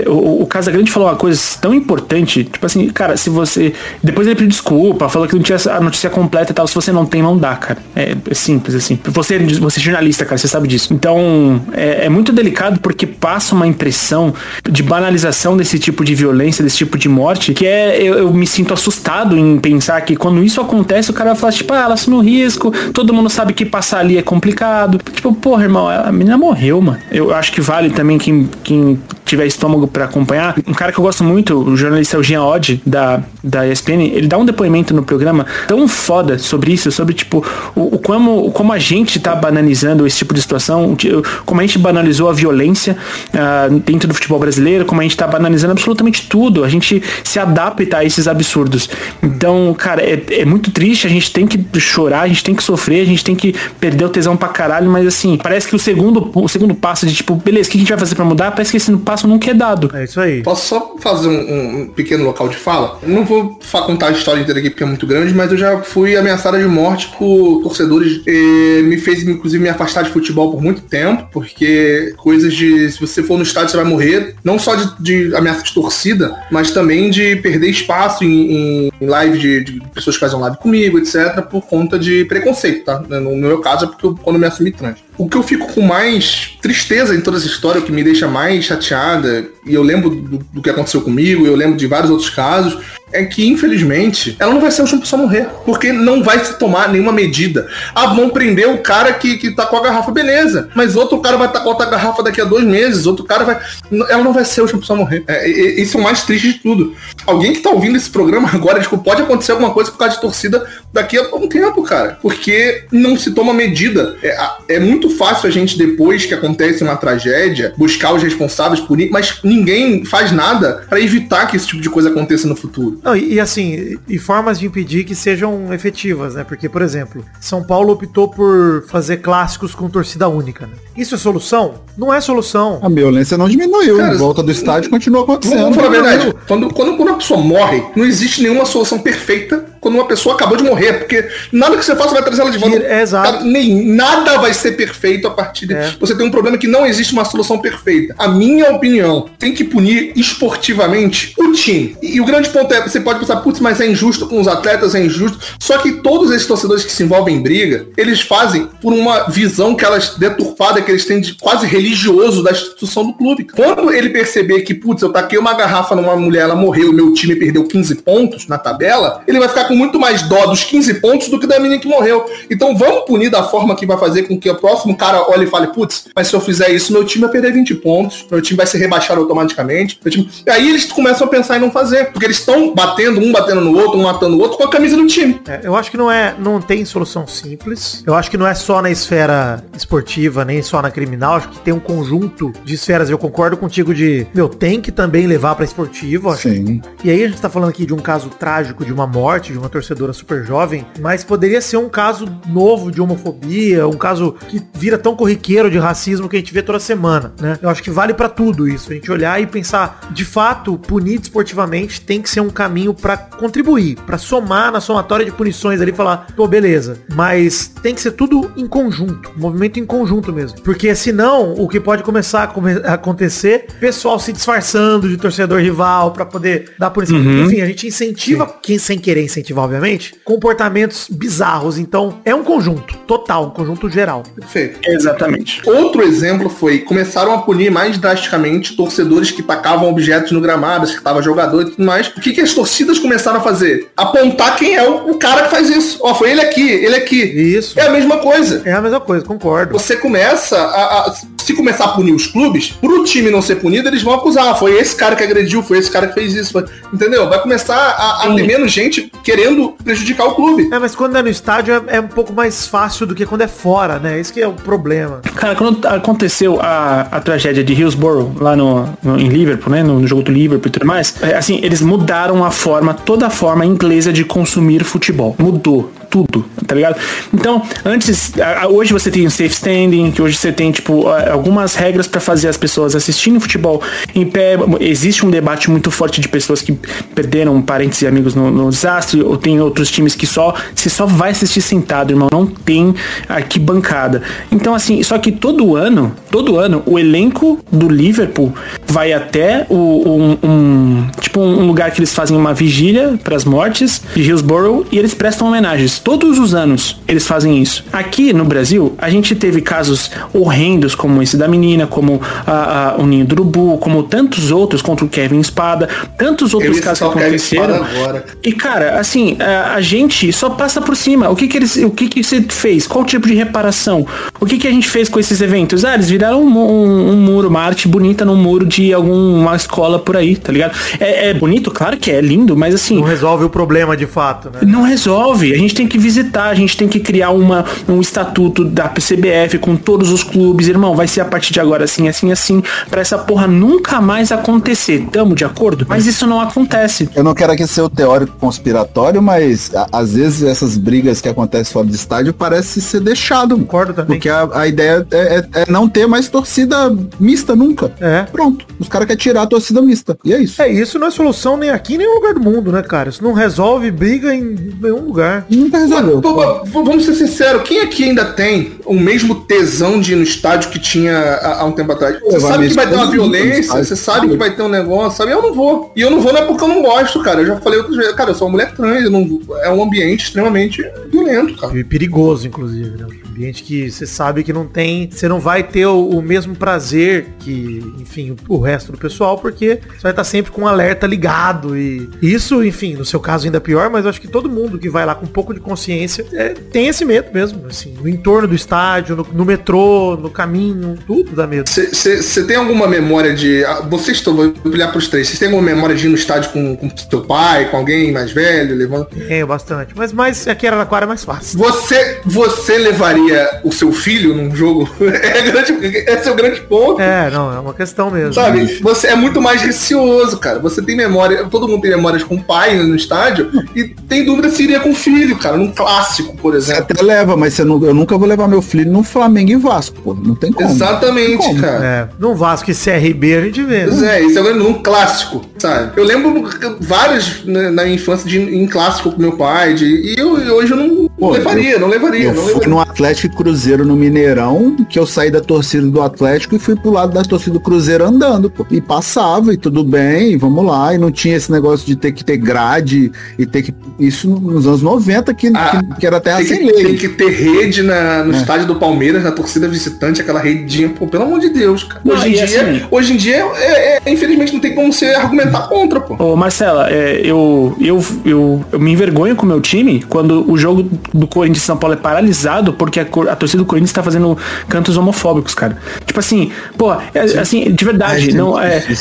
o Casagrande falou uma coisa tão importante, tipo assim, cara, se você... Depois ele pediu desculpa, falou que não tinha a notícia completa e tal. Se você não tem, não dá, cara. É simples, assim. Você é jornalista, cara, você sabe disso. Então, é muito delicado porque passa uma impressão de banalização desse tipo de violência, desse tipo de morte, que eu me sinto assustado em pensar que quando isso acontece, o cara vai falar, tipo, ela assumiu risco, todo mundo sabe que passar ali é complicado. Tipo, porra, irmão, a menina morreu, mano. Eu acho que vale também quem tiver estômago pra acompanhar. Um cara que eu gosto muito, o jornalista Jean Oddi, da ESPN, ele dá um depoimento no programa tão foda sobre isso, sobre, tipo, como a gente tá banalizando esse tipo de situação, como a gente banalizou a violência dentro do futebol brasileiro, como a gente tá banalizando absolutamente tudo, a gente se adapta a esses absurdos. Então, cara, é muito triste, a gente tem que chorar, a gente tem que sofrer, a gente tem que perder o tesão pra caralho, mas assim, parece que o segundo passo de tipo, beleza, o que a gente vai fazer pra mudar? Parece que esse passo nunca é dado. É isso aí. Posso só fazer um pequeno local de fala? Não vou contar a história inteira aqui porque é muito grande, mas eu já fui ameaçada de morte por torcedores, me fez inclusive me afastar de futebol por muito tempo, porque coisas de, se você for no estádio você vai morrer, não só de ameaça de torcida, mas também de perder espaço em live de pessoas que fazem live comigo, etc, por conta de preconceito, tá? No meu caso é porque quando eu me assumi trans. O que eu fico com mais tristeza em toda essa história, o que me deixa mais chateada, e eu lembro do que aconteceu comigo, eu lembro de vários outros casos, é que, infelizmente, ela não vai ser a última pessoa a morrer. Porque não vai se tomar nenhuma medida. Vão prender o cara que tá com a garrafa, beleza. Mas outro cara vai estar com outra garrafa daqui a 2 meses. Outro cara vai... Ela não vai ser a última pessoa a morrer. Isso é o mais triste de tudo. Alguém que tá ouvindo esse programa agora, tipo, pode acontecer alguma coisa por causa de torcida daqui a um tempo, cara. Porque não se toma medida. É muito fácil a gente, depois que acontece uma tragédia, buscar os responsáveis por isso, mas ninguém faz nada pra evitar que esse tipo de coisa aconteça no futuro. Não, e assim, e formas de impedir que sejam efetivas, né? Porque, por exemplo, São Paulo optou por fazer clássicos com torcida única, né? Isso é solução? Não é solução. A violência não diminuiu, cara, em volta do estádio continua acontecendo. Vamos falar a verdade, quando a pessoa morre, não existe nenhuma solução perfeita quando uma pessoa acabou de morrer, porque nada que você faça vai trazer ela de volta. Exato. Nada vai ser perfeito a partir de... Você tem um problema que não existe uma solução perfeita. A minha opinião, tem que punir esportivamente o time. E o grande ponto é, você pode pensar, putz, mas é injusto com os atletas, é injusto. Só que todos esses torcedores que se envolvem em briga, eles fazem por uma visão que elas deturpada, que eles têm de quase religioso da instituição do clube. Quando ele perceber que, putz, eu taquei uma garrafa numa mulher, ela morreu, meu time perdeu 15 pontos na tabela, ele vai ficar com muito mais dó dos 15 pontos do que da menina que morreu. Então vamos punir da forma que vai fazer com que o próximo cara olhe e fale, putz, mas se eu fizer isso, meu time vai perder 20 pontos, meu time vai ser rebaixado automaticamente. E aí eles começam a pensar em não fazer, porque eles estão batendo no outro, um matando o outro com a camisa do time. Eu acho que não tem solução simples. Eu acho que não é só na esfera esportiva, nem só na criminal. Acho que tem um conjunto de esferas. Eu concordo contigo tem que também levar pra esportivo. Acho. Sim. E aí a gente tá falando aqui de um caso trágico, de uma morte, de uma torcedora super jovem, mas poderia ser um caso novo de homofobia, um caso que vira tão corriqueiro de racismo que a gente vê toda semana, né? Eu acho que vale pra tudo isso. A gente olhar e pensar, de fato, punir esportivamente tem que ser um caminho pra contribuir, pra somar na somatória de punições ali e falar, pô, beleza. Mas tem que ser tudo em conjunto, um movimento em conjunto mesmo. Porque senão, o que pode começar a acontecer, pessoal se disfarçando de torcedor rival pra poder dar punição. Enfim, a gente incentiva, sem querer incentivar, obviamente, comportamentos bizarros. Então, é um conjunto total, um conjunto geral. Perfeito. Exatamente. Outro exemplo foi, começaram a punir mais drasticamente torcedores que tacavam objetos no gramado, que tava jogador e tudo mais. O que as torcidas começaram a fazer? Apontar quem é o cara que faz isso. Ó, foi ele aqui. Isso. É a mesma coisa. É a mesma coisa, concordo. Você começa se começar a punir os clubes, pro time não ser punido, eles vão acusar. Foi esse cara que agrediu, foi esse cara que fez isso. Entendeu? Vai começar a ter menos gente querendo prejudicar o clube. Mas quando é no estádio é um pouco mais fácil do que quando é fora, né? Esse que é o problema. Cara, quando aconteceu a tragédia de Hillsborough, lá em Liverpool, né? No jogo do Liverpool e tudo mais, assim, eles mudaram toda a forma inglesa de consumir futebol. Mudou tudo, tá ligado? Então, hoje você tem o safe standing, que hoje você tem, tipo, algumas regras pra fazer as pessoas assistirem futebol em pé. Existe um debate muito forte de pessoas que perderam parentes e amigos no desastre, ou tem outros times que você só vai assistir sentado, irmão, não tem arquibancada. Então, assim, só que todo ano, o elenco do Liverpool vai até um lugar que eles fazem uma vigília pras mortes de Hillsborough e eles prestam homenagens. Todos os anos eles fazem isso. Aqui no Brasil, a gente teve casos horrendos como esse da menina, como o Ninho do Urubu, como tantos outros contra o Kevin Espada, tantos outros casos que aconteceram. E, cara, assim, a gente só passa por cima. O que você fez? Qual tipo de reparação? O que a gente fez com esses eventos? Eles viraram um muro, uma arte bonita num muro de alguma escola por aí, tá ligado? É bonito, claro que é lindo, mas assim... Não resolve o problema de fato, né? Não resolve. A gente tem que visitar, a gente tem que criar um estatuto da CBF com todos os clubes. Irmão, vai ser a partir de agora assim, pra essa porra nunca mais acontecer. Tamo de acordo? Mas isso não acontece. Eu não quero aqui ser o teórico conspiratório, mas às vezes essas brigas que acontecem fora do estádio parece ser deixado. Concordo também. Porque a ideia é não ter mais torcida mista nunca. Pronto. Os caras querem tirar a torcida mista. E é isso. Isso não é solução nem aqui, nem em lugar do mundo, né, cara? Isso não resolve briga em nenhum lugar. Nunca resolveu. Vamos ser sinceros, quem aqui ainda tem o mesmo tesão de ir no estádio que tinha há um tempo atrás? Você sabe que vai ter uma violência, você sabe que vai ter um negócio, sabe? Eu não vou. E eu não vou não é porque eu não gosto, cara. Eu já falei outras vezes, cara, eu sou uma mulher trans, é um ambiente extremamente violento, cara. E perigoso, inclusive, né? Um ambiente que você sabe que você não vai ter o mesmo prazer que, enfim, o resto do pessoal, porque você vai estar sempre com um alerta ligado e isso, enfim, no seu caso ainda pior, mas eu acho que todo mundo que vai lá com um pouco de consciência tem esse medo mesmo, assim, no entorno do estádio, no metrô, no caminho, tudo dá medo. Você tem alguma memória de... Vocês estão, vou olhar pros três, vocês têm alguma memória de ir no estádio com seu pai, com alguém mais velho, levando? Tenho bastante, mas aqui em Araraquara é mais fácil. Você levaria levaria o seu filho num jogo? Esse é o grande ponto. É uma questão mesmo. Sabe, você é muito mais receoso, cara. Você tem memória, todo mundo tem memórias com o pai no estádio e tem dúvida se iria com o filho, cara, num clássico, por exemplo. Você até leva, mas eu nunca vou levar meu filho num Flamengo e Vasco, pô. Não tem como. Exatamente, cara. Num Vasco e CRB a gente vê. Pois isso é num clássico, sabe? Eu lembro vários na minha infância em clássico com meu pai, e hoje eu não levaria. Eu fui no Atlético e Cruzeiro no Mineirão, que eu saí da torcida do Atlético e fui pro lado da torcida do Cruzeiro andando, pô. E passava, e tudo bem, vamos lá. E não tinha esse negócio de ter que ter grade e ter que... Isso nos anos 90, que era terra sem lei. Tem que ter rede no estádio do Palmeiras, na torcida visitante, aquela redinha, pô, pelo amor de Deus, cara. Hoje em dia, infelizmente, não tem como você argumentar contra, pô. Ô, Marcela, eu me envergonho com o meu time quando o jogo do Corinthians e São Paulo é paralisado porque a torcida do Corinthians tá fazendo cantos homofóbicos, cara. Tipo assim, pô, assim, de verdade, não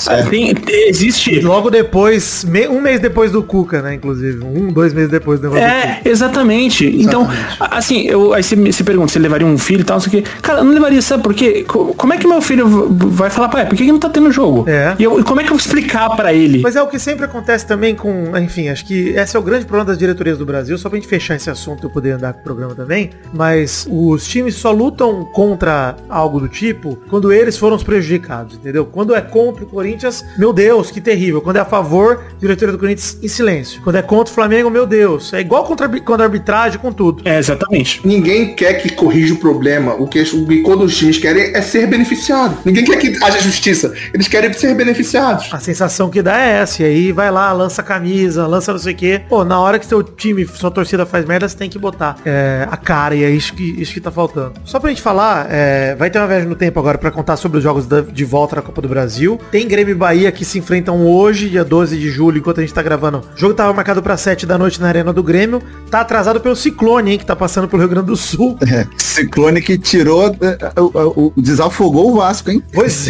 existe... Logo depois, um mês depois do Cuca, né, inclusive. 2 meses depois do negócio do Cuca. Exatamente. Então, assim, aí você se pergunta se levaria um filho e tal, não sei o quê. Cara, eu não levaria, sabe por quê? Como é que meu filho vai falar, pai, por que não tá tendo jogo? E como é que eu vou explicar pra ele? Mas é o que sempre acontece também com, enfim, acho que esse é o grande problema das diretorias do Brasil, só pra gente fechar esse assunto e eu poder andar com o programa também, mas os times só lutam contra algo do tipo quando eles foram os prejudicados, entendeu? Quando é contra o Corinthians, meu Deus, que terrível. Quando é a favor, diretoria do Corinthians em silêncio. Quando é contra o Flamengo, meu Deus. É igual contra a arbitragem, com tudo. Exatamente. Ninguém quer que corrija o problema. O que quando os times querem é ser beneficiado. Ninguém quer que haja justiça. Eles querem ser beneficiados. A sensação que dá é essa. E aí vai lá, lança camisa, lança não sei o quê. Pô, na hora que seu time, sua torcida faz merda, você tem que botar a cara. E é isso que tá faltando. Só pra gente falar, vai ter uma viagem no tempo agora pra contar sobre os jogos de volta na Copa do Brasil. Tem Grêmio e Bahia que se enfrentam hoje, dia 12 de julho, enquanto a gente tá gravando. O jogo tava marcado pra 7 da noite na Arena do Grêmio. Tá atrasado pelo Ciclone, hein, que tá passando pelo Rio Grande do Sul. Ciclone que tirou, desafogou o Vasco, hein? Pois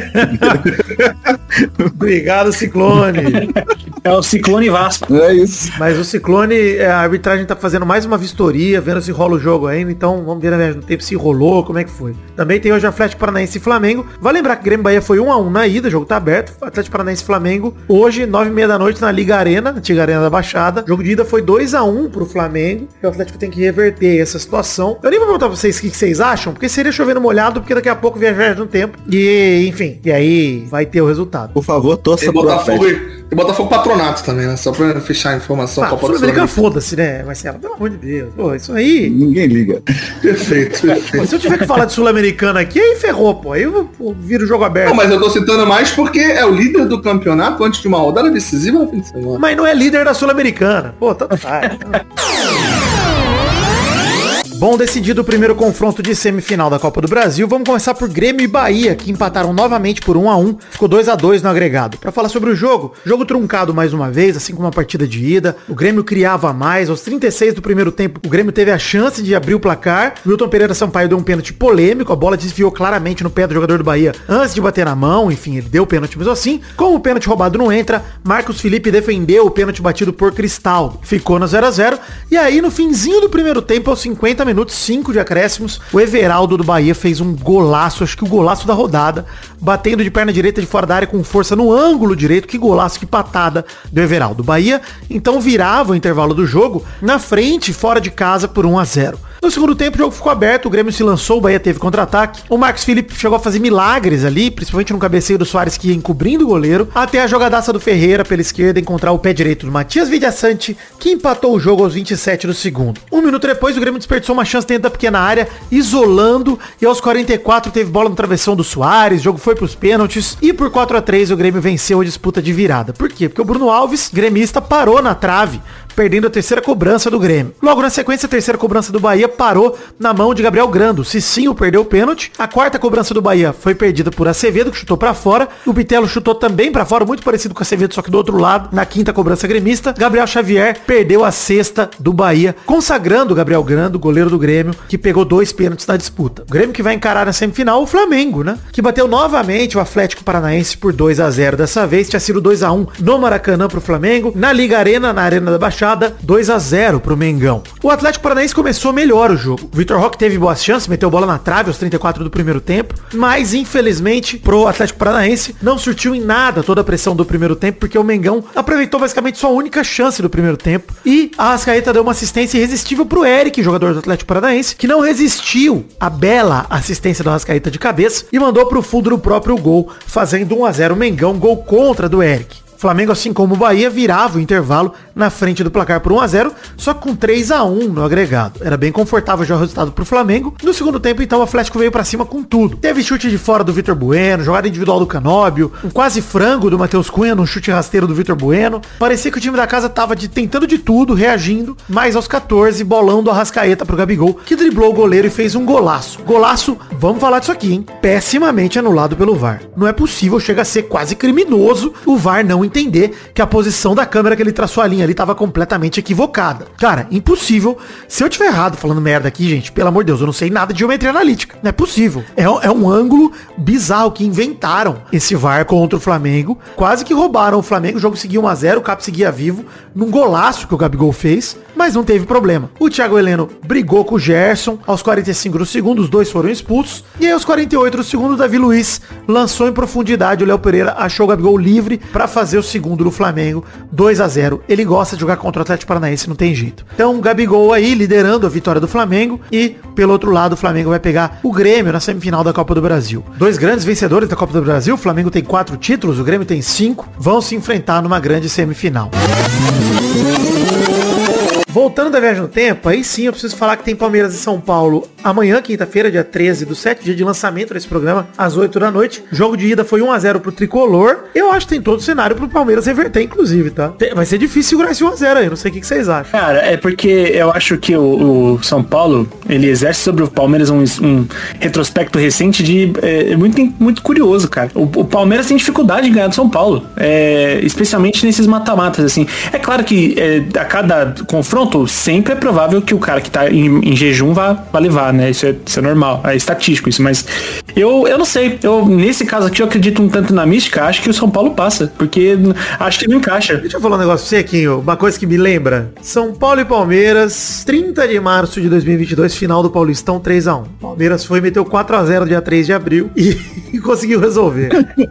é. Obrigado, Ciclone. É o Ciclone Vasco. É isso. Mas o Ciclone, a arbitragem tá fazendo mais uma vistoria, vendo se rola o jogo ainda. Então vamos ver na viagem no tempo se rolou, como é que foi. Também tem hoje Atlético Paranaense e Flamengo. Vale lembrar que Grêmio e Bahia foi 1-1 na ida, o jogo tá aberto. Atlético Paranaense e Flamengo hoje, 9h30 da noite na Liga Arena, antiga Arena da Baixada. O jogo de ida foi 2-1 pro Flamengo. E o Atlético tem que reverter essa situação. Eu nem vou perguntar pra vocês o que vocês acham, porque seria chovendo molhado, porque daqui a pouco viajar no tempo. E, enfim, e aí vai ter o resultado. Por favor, torça pro Atlético. E Botafogo Patronato também, né? Só pra fechar a informação. Sul-Americana, foda-se, né, Marcelo? Pelo amor de Deus. Pô, isso aí... Ninguém liga. Perfeito. Pô, se eu tiver que falar de Sul-Americana aqui, aí ferrou, pô. Aí eu viro o jogo aberto. Não, mas eu tô citando mais porque é o líder do campeonato antes de uma rodada decisiva no fim de semana. Mas não é líder da Sul-Americana. Pô, tanto faz. Bom, decidido o primeiro confronto de semifinal da Copa do Brasil, vamos começar por Grêmio e Bahia, que empataram novamente por 1-1, ficou 2-2 no agregado. Para falar sobre o jogo truncado mais uma vez, assim como a partida de ida, o Grêmio criava mais, aos 36 do primeiro tempo, o Grêmio teve a chance de abrir o placar, o Wilton Pereira Sampaio deu um pênalti polêmico, a bola desviou claramente no pé do jogador do Bahia antes de bater na mão, enfim, ele deu o pênalti mesmo assim. Como o pênalti roubado não entra, Marcos Felipe defendeu o pênalti batido por Cristal, ficou no 0-0, e aí no finzinho do primeiro tempo, aos 50 minutos, 5 de acréscimos, o Everaldo do Bahia fez um golaço, acho que o golaço da rodada, batendo de perna direita de fora da área com força no ângulo direito, que golaço, que patada do Everaldo. Bahia, então, virava o intervalo do jogo na frente, fora de casa, por 1-0. No segundo tempo, o jogo ficou aberto, o Grêmio se lançou, o Bahia teve contra-ataque. O Marcos Felipe chegou a fazer milagres ali, principalmente no cabeceio do Soares, que ia encobrindo o goleiro, até a jogadaça do Ferreira pela esquerda encontrar o pé direito do Matias Vidiaçante, que empatou o jogo aos 27 do segundo. Um minuto depois, o Grêmio desperdiçou uma chance dentro da pequena área, isolando, e aos 44 teve bola no travessão do Soares, o jogo foi pros pênaltis, e por 4-3 o Grêmio venceu a disputa de virada. Por quê? Porque o Bruno Alves, gremista, parou na trave, perdendo a terceira cobrança do Grêmio. Logo na sequência, a terceira cobrança do Bahia parou na mão de Gabriel Grando. Cicinho perdeu o pênalti. A quarta cobrança do Bahia foi perdida por Acevedo, que chutou pra fora. O Bitelo chutou também pra fora, muito parecido com o Acevedo, só que do outro lado, na quinta cobrança gremista. Gabriel Xavier perdeu a sexta do Bahia, consagrando o Gabriel Grando, goleiro do Grêmio, que pegou 2 pênaltis na disputa. O Grêmio que vai encarar na semifinal o Flamengo, né? Que bateu novamente o Atlético Paranaense por 2-0. Dessa vez tinha sido 2-1 no Maracanã pro Flamengo. Na Liga Arena, na Arena da Baixada, fechada 2-0 pro Mengão. O Atlético Paranaense começou melhor o jogo. O Vitor Roque teve boas chances, meteu bola na trave aos 34 do primeiro tempo, mas infelizmente pro Atlético Paranaense não surtiu em nada toda a pressão do primeiro tempo, porque o Mengão aproveitou basicamente sua única chance do primeiro tempo e a Arrascaeta deu uma assistência irresistível pro Eric, jogador do Atlético Paranaense, que não resistiu à bela assistência do Arrascaeta de cabeça e mandou pro fundo do próprio gol, fazendo 1-0 o Mengão, gol contra do Eric. O Flamengo, assim como o Bahia, virava o intervalo na frente do placar por 1-0, só que com 3-1 no agregado. Era bem confortável já o resultado pro Flamengo. No segundo tempo, então, o Atlético veio pra cima com tudo. Teve chute de fora do Vitor Bueno, jogada individual do Canóbio, um quase frango do Matheus Cunha, num chute rasteiro do Vitor Bueno. Parecia que o time da casa tava tentando de tudo, reagindo, mas aos 14, bolão do Arrascaeta pro Gabigol, que driblou o goleiro e fez um golaço. Golaço, vamos falar disso aqui, hein? Pessimamente anulado pelo VAR. Não é possível, chega a ser quase criminoso o VAR não entender que a posição da câmera que ele traçou a linha ali tava completamente equivocada. Cara, impossível. Se eu tiver errado falando merda aqui, gente, pelo amor de Deus, eu não sei nada de geometria analítica. Não é possível. É um ângulo bizarro que inventaram esse VAR contra o Flamengo. Quase que roubaram o Flamengo. O jogo seguia 1-0, o Cap seguia vivo, num golaço que o Gabigol fez, mas não teve problema. O Thiago Heleno brigou com o Gerson. Aos 45 do segundo, os dois foram expulsos. E aí, aos 48 do segundo, o Davi Luiz lançou em profundidade. O Léo Pereira achou o Gabigol livre pra fazer o segundo do Flamengo, 2-0. Ele gosta de jogar contra o Atlético Paranaense, não tem jeito. Então, o Gabigol aí liderando a vitória do Flamengo e, pelo outro lado, o Flamengo vai pegar o Grêmio na semifinal da Copa do Brasil. Dois grandes vencedores da Copa do Brasil, o Flamengo tem 4 títulos, o Grêmio tem 5, vão se enfrentar numa grande semifinal. Voltando da viagem no tempo, aí sim eu preciso falar que tem Palmeiras e São Paulo amanhã, quinta-feira, dia 13/7, dia de lançamento desse programa, às 8 da noite. O jogo de ida foi 1-0 pro Tricolor. Eu acho que tem todo o cenário pro Palmeiras reverter, inclusive, tá? Vai ser difícil segurar esse 1-0 aí, não sei o que vocês acham. Cara, é porque eu acho que o São Paulo, ele exerce sobre o Palmeiras um retrospecto recente de muito curioso, cara. O Palmeiras tem dificuldade em ganhar do São Paulo, especialmente nesses mata-matas, assim. É claro que a cada confronto sempre é provável que o cara que tá em jejum vá levar, né? Isso é normal, é estatístico isso, mas eu não sei. Nesse caso aqui, eu acredito um tanto na mística, acho que o São Paulo passa, porque acho que não encaixa. Deixa eu falar um negócio pra você aqui, uma coisa que me lembra. São Paulo e Palmeiras, 30 de março de 2022, final do Paulistão, 3-1. Palmeiras foi e meteu 4-0 dia 3 de abril e conseguiu resolver.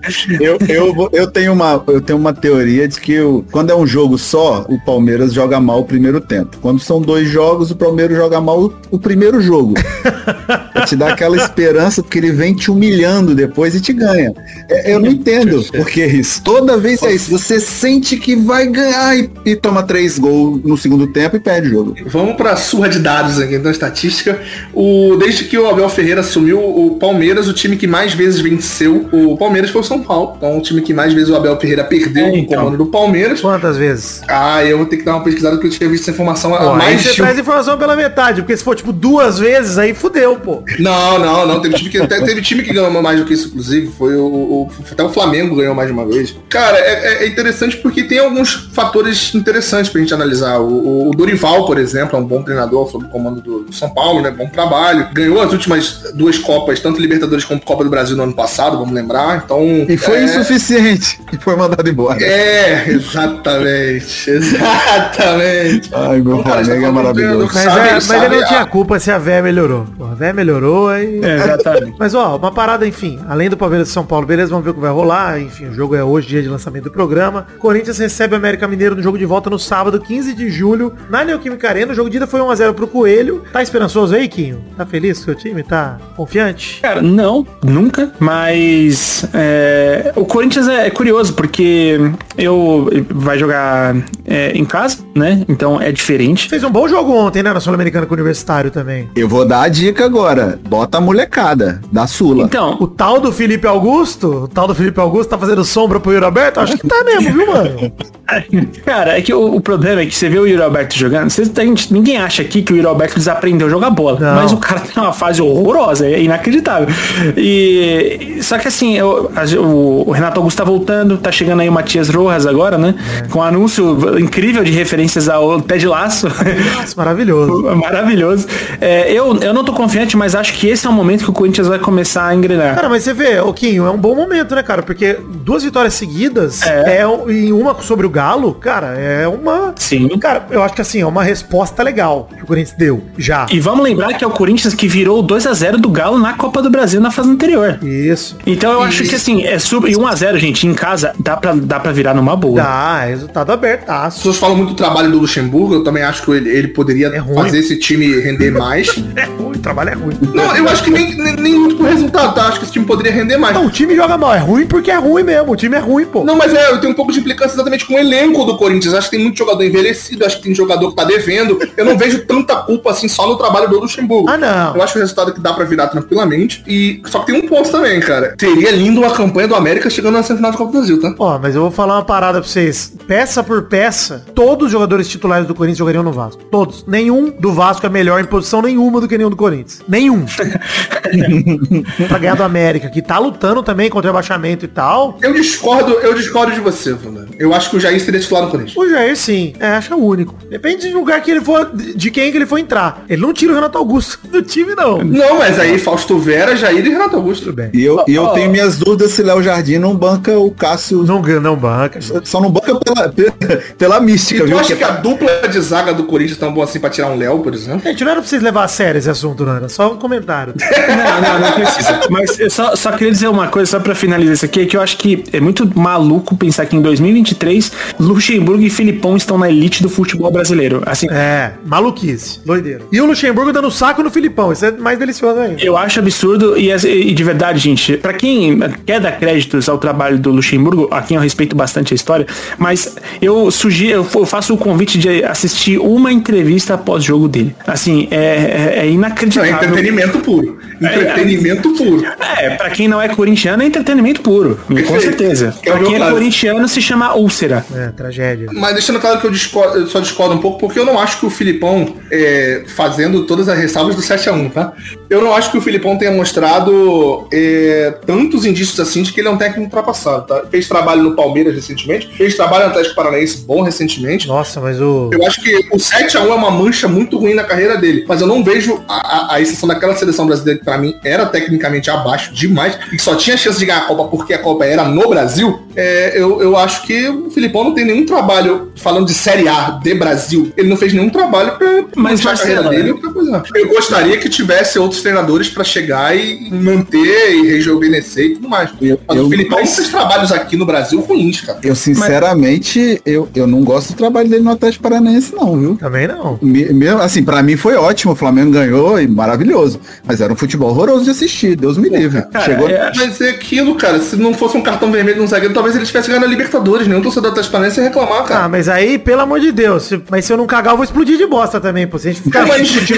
Eu tenho uma teoria de que quando é um jogo só, o Palmeiras joga mal o primeiro tempo. Quando são 2 jogos, o Palmeiras joga mal o primeiro jogo. Pra te dar aquela esperança, porque ele vem te humilhando depois e te ganha. Eu não entendo porque é isso. Toda vez é isso. Você sente que vai ganhar e toma 3 gols no segundo tempo e perde o jogo. Vamos pra surra de dados aqui, então, estatística. Desde que o Abel Ferreira assumiu o Palmeiras, o time que mais vezes venceu o Palmeiras foi o São Paulo. Então, o time que mais vezes o Abel Ferreira perdeu o comando do Palmeiras. Quantas vezes? Eu vou ter que dar uma pesquisada porque eu tinha visto essa informação aí você traz informação pela metade, porque se for tipo 2 vezes, aí fudeu, pô. Não, teve time que ganhou mais do que isso, inclusive, até o Flamengo ganhou mais de uma vez. Cara, é interessante porque tem alguns fatores interessantes pra gente analisar. O Dorival, por exemplo, é um bom treinador sob o comando do São Paulo, né, bom trabalho, ganhou as últimas 2 Copas, tanto Libertadores quanto Copa do Brasil no ano passado, vamos lembrar, então... E foi insuficiente, e foi mandado embora. Exatamente. Ai, meu Flamengo é maravilhoso. Mas ele não tinha culpa se a véia melhorou. A véia melhorou aí. Exatamente. Mas uma parada, enfim, além do Palmeiras e São Paulo, beleza, vamos ver o que vai rolar. Enfim, o jogo é hoje, dia de lançamento do programa. Corinthians recebe o América Mineiro no jogo de volta no sábado, 15 de julho, na Neoquímica Arena. O jogo de ida foi 1-0 pro Coelho. Tá esperançoso aí, Quinho? Tá feliz com o seu time? Tá confiante? Cara, não, nunca. Mas o Corinthians é curioso, porque vai jogar em casa, né? Então é diferente. Fez um bom jogo ontem, né? Na Sul-Americana com o Universitário também. Eu vou dar a dica agora. Bota a molecada da Sula. Então, o tal do Felipe Augusto tá fazendo sombra pro Yuri Alberto? Acho que tá mesmo, viu, mano? Cara, é que o problema é que você vê o Yuri Alberto jogando, ninguém acha aqui que o Yuri Alberto desaprendeu a jogar bola. Não. Mas o cara tem uma fase horrorosa, é inacreditável. Só que assim, o Renato Augusto tá voltando, tá chegando aí o Matias Rojas agora, né? Com um anúncio incrível de referências ao Ted Lasso. Nossa, maravilhoso. Maravilhoso. Eu não tô confiante, mas acho que esse é o momento que o Corinthians vai começar a engrenar. Cara, mas você vê, Quinho, é um bom momento, né, cara? Porque 2 vitórias seguidas e uma sobre o Galo, cara, é uma... Sim. Cara, eu acho que assim, é uma resposta legal que o Corinthians deu, já. E vamos lembrar que é o Corinthians que virou 2-0 do Galo na Copa do Brasil na fase anterior. Isso. Então eu acho que assim, e 1-0, gente, em casa, dá pra virar numa boa. Dá, resultado aberto. As pessoas falam muito do trabalho do Luxemburgo, eu também acho que ele poderia fazer esse time render mais. É ruim, o trabalho é ruim. Não, eu acho que nem muito por resultado, tá? Acho que esse time poderia render mais. Não, o time joga mal, é ruim porque é ruim mesmo, o time é ruim, pô. Não, mas eu tenho um pouco de implicância exatamente com o elenco do Corinthians. Acho que tem muito jogador envelhecido, acho que tem jogador que tá devendo. Eu não vejo tanta culpa assim só no trabalho do Luxemburgo. Ah, não. Eu acho que o resultado que dá pra virar tranquilamente. Só que tem um ponto também, cara. Seria lindo uma campanha do América chegando na semifinal do Copa do Brasil, tá? Ó, mas eu vou falar uma parada pra vocês. Peça por peça, todos os jogadores titulares do Corinthians jogariam no Vasco. Todos. Nenhum do Vasco é melhor em posição nenhuma do que nenhum do Corinthians. Nenhum. Pra ganhar do América, que tá lutando também contra o rebaixamento e tal. Eu discordo de você, Fernando. Eu acho que o Jair seria titular no Corinthians. O Jair, sim. Acho que é o único. Depende do lugar que ele for, de quem que ele for entrar. Ele não tira o Renato Augusto do time, não. Não, mas aí Fausto Vera, Jair e Renato Augusto. Tudo bem. E eu tenho minhas dúvidas se Léo Jardim não banca o Cássio. Não banca. Só não banca pela mística, E tu viu? acha que a dupla de zaga do Corinthians é tão boa assim pra tirar um Léo, por exemplo? Gente, não era pra vocês levar a sério esse assunto, não era só um comentário. Não precisa. Mas eu só queria dizer uma coisa, só pra finalizar isso aqui, é que eu acho que é muito maluco pensar que em 2023, Luxemburgo e Filipão estão na elite do futebol brasileiro. Assim, Maluquice, doideira. E o Luxemburgo dando saco no Filipão, isso é mais delicioso ainda. eu acho absurdo e de verdade, gente, pra quem quer dar créditos ao trabalho do Luxemburgo, a quem eu respeito bastante a história, mas eu faço o convite de assistir uma entrevista após jogo dele. Assim, é inacreditável. Não, é entretenimento puro. Entretenimento puro. Pra quem não é corintiano, é entretenimento puro. Perfeito. Com certeza. Pra quem é corintiano, se chama úlcera. Tragédia. Mas deixando claro que eu só discordo um pouco, porque eu não acho que o Filipão, fazendo todas as ressalvas do 7-1, tá? Eu não acho que o Filipão tenha mostrado tantos indícios assim de que ele é um técnico ultrapassado, tá? Fez trabalho no Palmeiras recentemente, fez trabalho no Atlético Paranaense bom recentemente. Nossa, mas o... Eu acho que o 7-1 é uma mancha muito ruim na carreira dele, mas eu não vejo a exceção daquela seleção brasileira que pra mim era tecnicamente abaixo demais e que só tinha chance de ganhar a Copa porque a Copa era no Brasil. Eu acho que o Filipão não tem nenhum trabalho, falando de Série A de Brasil, ele não fez nenhum trabalho pra manchar a carreira dele. Eu gostaria que tivesse outros treinadores pra chegar e manter e rejuvenescer e tudo mais. Mas o Filipão fez trabalhos aqui no Brasil ruins, cara. Eu sinceramente, eu não gosto do trabalho dele no Atlético Paranaense não, viu? Também não. Mesmo, assim, pra mim foi ótimo, o Flamengo ganhou e maravilhoso. Mas era um futebol horroroso de assistir, Deus me livre. Cara, mas é aquilo, cara, se não fosse um cartão vermelho no zagueiro, talvez ele tivesse ganhado a Libertadores, nenhum torcedor do Atlético Paranaense ia reclamar, cara. Mas aí, pelo amor de Deus, mas se eu não cagar, eu vou explodir de bosta também, pô. Se a gente ficar discutindo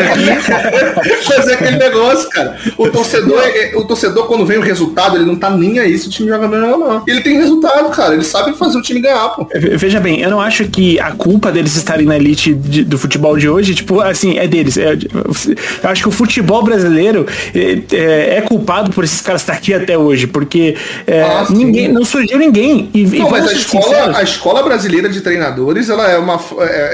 aqui... Mas é aquele negócio, cara. O torcedor, quando vem o resultado, ele não tá nem aí se o time joga bem ou não. Ele tem resultado, cara. Ele sabe fazer o time ganhar, pô. Veja bem, eu não acho que a culpa deles estarem na elite do futebol de hoje, tipo, assim, é deles. Eu acho que o futebol brasileiro é culpado por esses caras estar aqui até hoje, porque ninguém, não surgiu ninguém. Mas a escola brasileira de treinadores, ela é uma...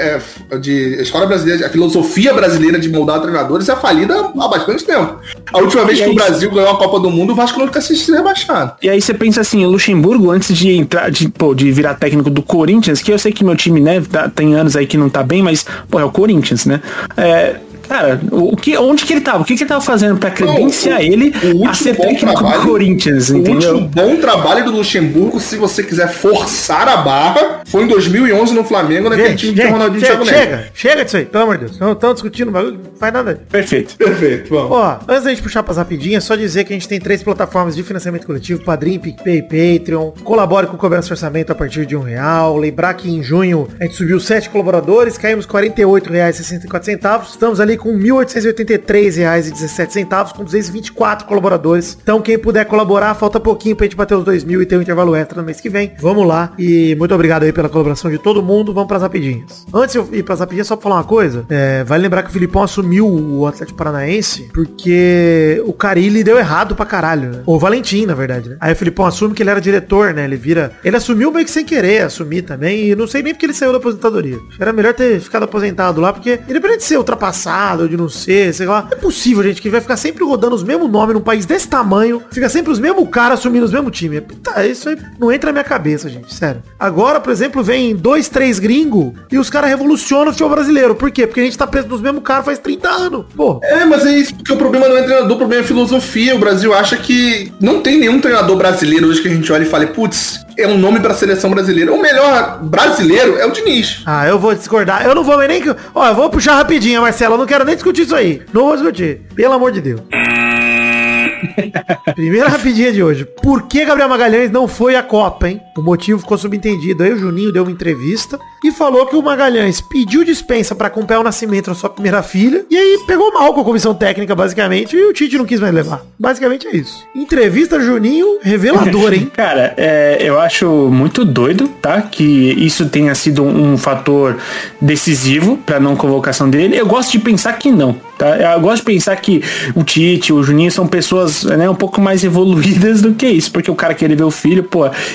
a filosofia brasileira de moldar treinadores é falida há bastante tempo. A última vez que o Brasil ganhou a Copa do Mundo, o Vasco nunca se rebaixado. E aí você pensa assim, o Luxemburgo, antes de entrar, de virar técnico do Corinthians, que eu sei que meu time, né, tem anos aí que não tá bem, mas, é o Corinthians, né? Cara, onde que ele tava? O que ele tava fazendo pra credenciar ele a ser técnico do Corinthians, entendeu? O último bom trabalho do Luxemburgo, se você quiser forçar a barra, foi em 2011 no Flamengo, naquele time de Ronaldinho Thiago Neves. Chega disso aí, pelo amor de Deus. Não estão discutindo, mas não faz nada. Perfeito, vamos. Ó, antes da gente puxar pras rapidinhas, só dizer que a gente tem 3 plataformas de financiamento coletivo, Padrim, PicPay e Patreon. Colabore com o Cobrança Orçamento a partir de R$1. Lembrar que em junho a gente subiu 7 colaboradores, caímos R$48,64. Estamos ali com R$1.883,17, com 224 colaboradores. Então quem puder colaborar, falta pouquinho pra gente bater os 2.000 e ter um intervalo extra no mês que vem. Vamos lá. E muito obrigado aí pela colaboração de todo mundo. Vamos pras rapidinhas. Antes de eu ir pras rapidinhas, só pra falar uma coisa. Vale lembrar que o Filipão assumiu o Atlético Paranaense porque o Carille deu errado pra caralho, né? Ou o Valentim, na verdade, né? Aí o Filipão assume que ele era diretor, né? Ele assumiu meio que sem querer assumir também. E não sei nem porque ele saiu da aposentadoria. Era melhor ter ficado aposentado lá, porque independente de ser ultrapassado ou de não ser, sei lá, é possível, gente, que vai ficar sempre rodando os mesmos nomes num país desse tamanho, fica sempre os mesmos caras assumindo os mesmos times. Puta, isso aí não entra na minha cabeça, gente, sério. Agora, por exemplo, vem 2, 3 gringos e os caras revolucionam o futebol brasileiro. Por quê? Porque a gente tá preso nos mesmos caras faz 30 anos. Pô. Mas é isso, porque o problema não é treinador, o problema é filosofia. O Brasil acha que não tem nenhum treinador brasileiro hoje que a gente olha e fale, putz, é um nome pra seleção brasileira. O melhor brasileiro é o Diniz. Eu vou discordar. Eu não vou nem... eu vou puxar rapidinho, Marcelo. Eu não quero nem discutir isso aí. Não vou discutir. Pelo amor de Deus. Primeira rapidinha de hoje. Por que Gabriel Magalhães não foi à Copa, hein? O motivo ficou subentendido. Aí o Juninho deu uma entrevista e falou que o Magalhães pediu dispensa pra acompanhar o nascimento da sua primeira filha. E aí pegou mal com a comissão técnica, basicamente, e o Tite não quis mais levar. Basicamente é isso. Entrevista Juninho, revelador, hein? Cara, eu acho muito doido, tá? Que isso tenha sido um fator decisivo pra não convocação dele. Eu gosto de pensar que não, tá? Eu gosto de pensar que o Tite, o Juninho são pessoas, né, um pouco mais evoluídas do que isso, porque o cara queria ver o filho,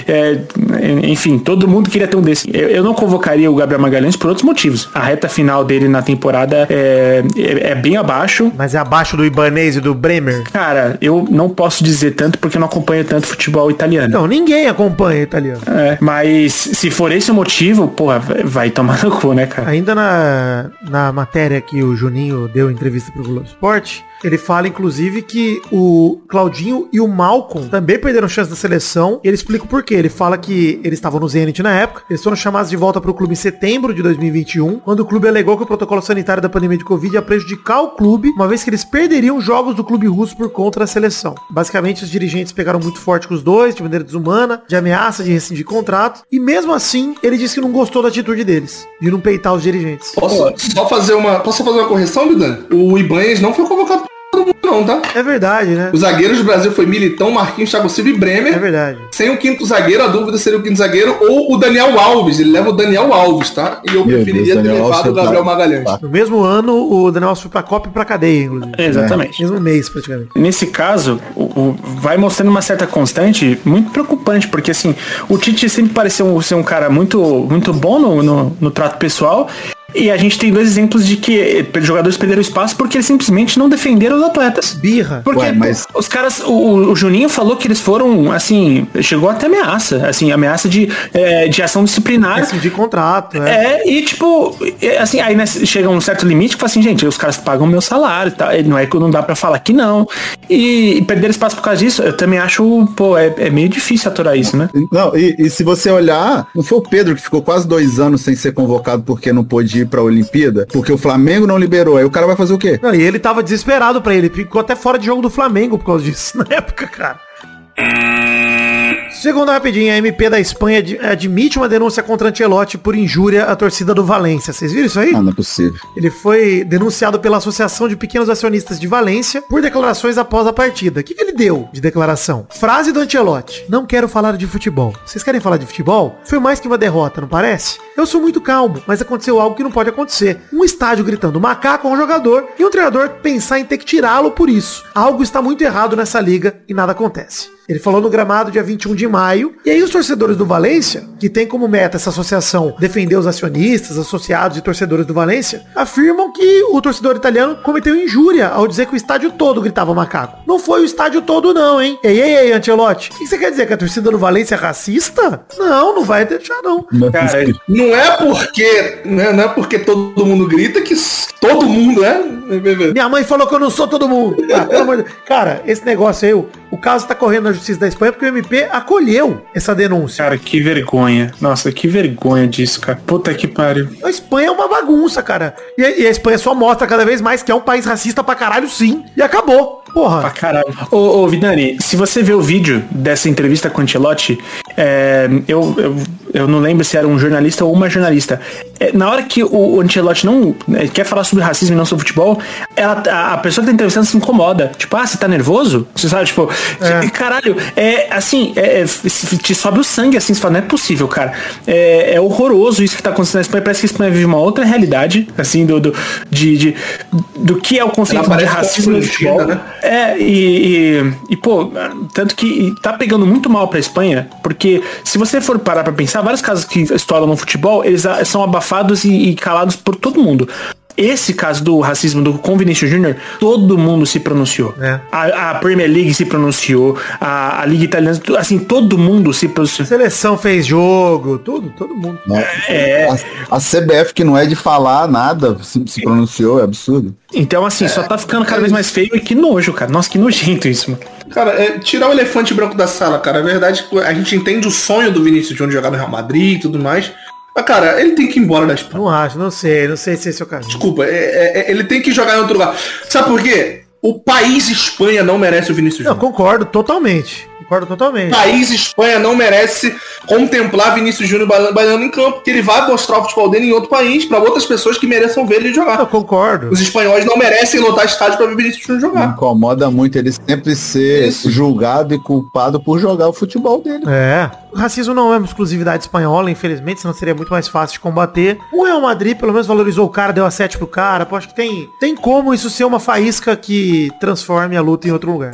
enfim, todo mundo queria ter um desse. Eu não convocaria o Gabriel Magalhães por outros motivos. A reta final dele na temporada é bem abaixo. Mas é abaixo do Ibanez e do Bremer? Cara, eu não posso dizer tanto porque eu não acompanho tanto futebol italiano. Não, ninguém acompanha italiano. Mas se for esse o motivo, vai tomar no cu, né, cara? Ainda na matéria que o Juninho deu entrevista pro Globo Esporte, ele fala, inclusive, que o Claudinho e o Malcom também perderam chance da seleção. E ele explica o porquê. Ele fala que eles estavam no Zenit na época. Eles foram chamados de volta pro clube em setembro de 2021, quando o clube alegou que o protocolo sanitário da pandemia de Covid ia prejudicar o clube, uma vez que eles perderiam jogos do clube russo por conta da seleção. Basicamente, os dirigentes pegaram muito forte com os dois, de maneira desumana, de ameaça de rescindir contrato. E mesmo assim, ele disse que não gostou da atitude deles, de não peitar os dirigentes. Posso fazer uma correção, Bidan? O Ibanez não foi convocado todo mundo não, tá? É verdade, né? Os zagueiros do Brasil foi Militão, Marquinhos, Thiago Silva e Bremer. É verdade. Sem o quinto zagueiro, a dúvida seria o quinto zagueiro ou o Daniel Alves. Ele leva o Daniel Alves, tá? E eu preferiria ter levado o Gabriel Magalhães. No mesmo ano, o Daniel Alves foi pra Copa e pra cadeia, inclusive. Exatamente. Mesmo mês, praticamente. Nesse caso, vai mostrando uma certa constante muito preocupante, porque assim, o Tite sempre pareceu ser um cara muito, muito bom no trato pessoal. E a gente tem dois exemplos de que jogadores perderam espaço porque eles simplesmente não defenderam os atletas. Birra. Porque os caras, o Juninho falou que eles foram, assim, chegou até ameaça, assim, ameaça de ação disciplinar. De contrato, e tipo, assim, aí né, chega um certo limite que fala assim, gente, os caras pagam meu salário, tá? Não é que não dá pra falar que não. E perder espaço por causa disso, eu também acho, é meio difícil aturar isso, né? Não, e se você olhar, não foi o Pedro que ficou quase 2 anos sem ser convocado porque não pôde ir pra Olimpíada, porque o Flamengo não liberou, aí o cara vai fazer o quê? Não, e ele tava desesperado pra ele, ficou até fora de jogo do Flamengo por causa disso, na época, cara. Segundo rapidinho, a MP da Espanha admite uma denúncia contra Ancelotti por injúria à torcida do Valência. Vocês viram isso aí? Não é possível. Ele foi denunciado pela Associação de Pequenos Acionistas de Valência por declarações após a partida. O que ele deu de declaração? Frase do Ancelotti: não quero falar de futebol. Vocês querem falar de futebol? Foi mais que uma derrota, não parece? Eu sou muito calmo, mas aconteceu algo que não pode acontecer. Um estádio gritando macaco a um jogador e um treinador pensar em ter que tirá-lo por isso. Algo está muito errado nessa liga e nada acontece. Ele falou no gramado dia 21 de maio. E aí os torcedores do Valência, que tem como meta essa associação defender os acionistas, associados e torcedores do Valência, afirmam que o torcedor italiano cometeu injúria ao dizer que o estádio todo gritava macaco. Não foi o estádio todo não, hein? Ei, Ancelotti. O que você quer dizer? Que a torcida do Valência é racista? Não vai deixar não. Cara, não é porque todo mundo grita que todo mundo é. Minha mãe falou que eu não sou todo mundo. Pelo amor de Deus. Cara, esse negócio aí, o caso tá correndo na Justiça da Espanha porque o MP acolheu essa denúncia. Cara, que vergonha. Nossa, que vergonha disso, cara. Puta que pariu. A Espanha é uma bagunça, cara. E a Espanha só mostra cada vez mais que é um país racista pra caralho, sim. E acabou. Porra. Pra caralho. Ô, Vidani, se você vê o vídeo dessa entrevista com o Ancelotti, eu não lembro se era um jornalista ou uma jornalista. Na hora que o Ancelotti não quer falar sobre racismo e não sobre futebol, a pessoa que tá entrevistando se incomoda. Tipo, você tá nervoso? Você sabe, tipo, caralho, te sobe o sangue assim, você fala, não é possível, cara. É horroroso isso que tá acontecendo na Espanha. Parece que a Espanha vive uma outra realidade, assim, do que é o conceito de racismo no futebol. Né? Pô, tanto que tá pegando muito mal pra Espanha, porque se você for parar pra pensar, vários casos que estouram no futebol, eles são abafados e calados por todo mundo. Esse caso do racismo com Vinícius Júnior, todo mundo se pronunciou. A Premier League se pronunciou, a Liga Italiana, assim, todo mundo se pronunciou. A seleção fez jogo, todo mundo. A CBF, que não é de falar nada, se pronunciou, é absurdo. Então, assim, só tá ficando cada vez mais feio e que nojo, cara. Nossa, que nojento isso, mano. Cara, tirar o elefante branco da sala, cara. A verdade é que a gente entende o sonho do Vinícius Júnior jogar no Real Madrid e tudo mais. Mas, cara, ele tem que ir embora da Espanha. Não acho, não sei se esse é o caso. Desculpa, ele tem que jogar em outro lugar. Sabe por quê? O país Espanha não merece o Vinícius Júnior. Não, concordo totalmente. O país Espanha não merece contemplar Vinícius Júnior bailando em campo, que ele vai mostrar o futebol dele em outro país, para outras pessoas que mereçam ver ele jogar. Eu concordo. Os espanhóis não merecem lotar estádio para ver Vinícius Júnior jogar. Me incomoda muito ele sempre ser julgado e culpado por jogar o futebol dele. O racismo não é uma exclusividade espanhola, infelizmente, senão seria muito mais fácil de combater. O Real Madrid pelo menos valorizou o cara, deu a 7 pro cara. Pô, acho que tem como isso ser uma faísca que transforme a luta em outro lugar.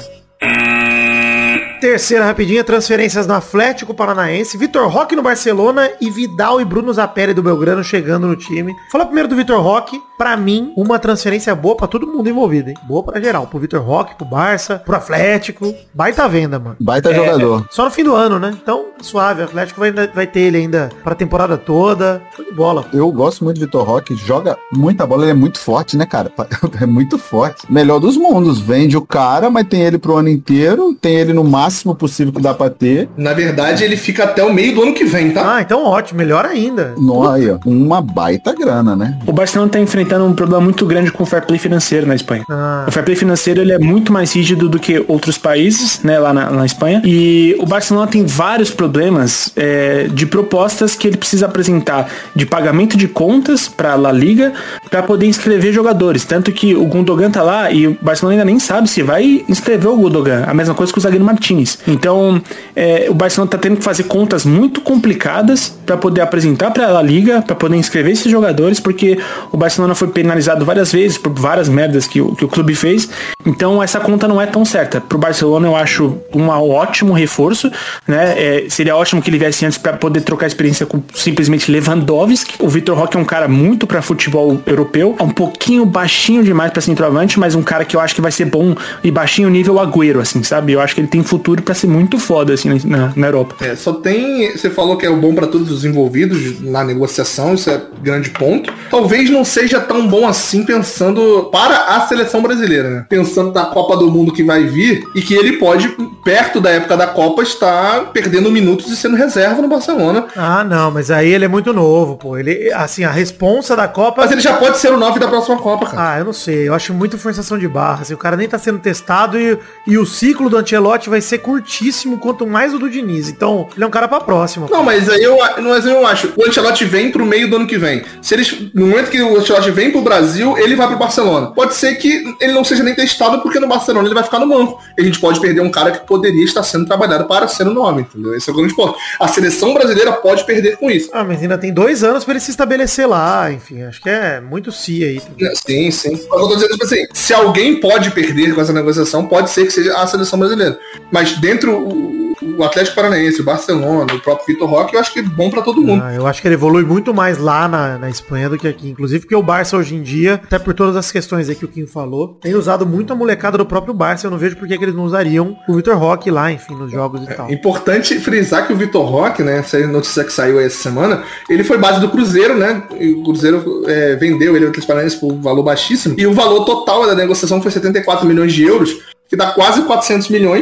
Terceira rapidinha, transferências no Atlético Paranaense, Vitor Roque no Barcelona e Vidal e Bruno Zapelli do Belgrano chegando no time. Fala primeiro do Vitor Roque, pra mim, uma transferência boa pra todo mundo envolvido, hein? Boa pra geral, pro Vitor Roque, pro Barça, pro Atlético, baita venda, mano. Baita jogador. Só no fim do ano, né? Então, suave, o Atlético vai ter ele ainda pra temporada toda, foi de bola. Eu gosto muito do Vitor Roque, joga muita bola, ele é muito forte, né, cara? É muito forte. Melhor dos mundos, vende o cara, mas tem ele pro ano inteiro, tem ele no máximo possível que dá pra ter. Na verdade, ele fica até o meio do ano que vem, tá? Então ótimo, melhor ainda. Olha, uma baita grana, né? O Barcelona tá enfrentando um problema muito grande com o fair play financeiro na Espanha. O fair play financeiro, ele é muito mais rígido do que outros países, né, lá na Espanha. E o Barcelona tem vários problemas de propostas que ele precisa apresentar de pagamento de contas pra La Liga pra poder inscrever jogadores. Tanto que o Gundogan tá lá e o Barcelona ainda nem sabe se vai inscrever o Gundogan. A mesma coisa que o zagueiro Martínez. Então, o Barcelona tá tendo que fazer contas muito complicadas para poder apresentar para a Liga, para poder inscrever esses jogadores, porque o Barcelona foi penalizado várias vezes por várias merdas que o clube fez. Então, essa conta não é tão certa. Pro Barcelona, eu acho um ótimo reforço, né? Seria ótimo que ele viesse antes para poder trocar experiência com simplesmente Lewandowski. O Vitor Roque é um cara muito para futebol europeu, um pouquinho baixinho demais para centroavante, mas um cara que eu acho que vai ser bom e baixinho nível Agüero, assim, sabe? Eu acho que ele tem futuro pra ser muito foda, assim, na Europa. Só tem... Você falou que é o bom pra todos os envolvidos na negociação, isso é grande ponto. Talvez não seja tão bom assim pensando para a seleção brasileira, né? Pensando na Copa do Mundo que vai vir e que ele pode, perto da época da Copa, estar perdendo minutos e sendo reserva no Barcelona. Não, mas aí ele é muito novo, pô. Ele, assim, a responsa da Copa... Mas ele já pode ser o 9 da próxima Copa, cara. Eu não sei. Eu acho muito forçação de barra, assim. O cara nem tá sendo testado e o ciclo do Ancelotti vai ser curtíssimo, quanto mais o do Diniz. Então, ele é um cara pra próxima. Não, mas aí eu acho. O Ancelotti vem pro meio do ano que vem. Se eles, no momento que o Ancelotti vem pro Brasil, ele vai pro Barcelona. Pode ser que ele não seja nem testado, porque no Barcelona ele vai ficar no banco. E a gente pode perder um cara que poderia estar sendo trabalhado para ser o nome, entendeu? Esse é o grande ponto. A seleção brasileira pode perder com isso. Mas ainda tem 2 anos pra ele se estabelecer lá, enfim. Acho que é muito aí. Sim. Mas eu tô dizendo, tipo assim, se alguém pode perder com essa negociação, pode ser que seja a seleção brasileira. Mas dentro o Atlético Paranaense, o Barcelona, o próprio Vitor Roque, eu acho que é bom pra todo mundo. Eu acho que ele evolui muito mais lá na Espanha do que aqui. Inclusive porque o Barça hoje em dia, até por todas as questões aí que o Kim falou, tem usado muito a molecada do próprio Barça. Eu não vejo por que eles não usariam o Vitor Roque lá, enfim, nos jogos e tal. É importante frisar que o Vitor Roque, né, essa notícia que saiu aí essa semana, ele foi base do Cruzeiro, né? E o Cruzeiro vendeu ele ao Atlético Paranaense por um valor baixíssimo. E o valor total da negociação foi 74 milhões de euros, que dá quase 400 milhões.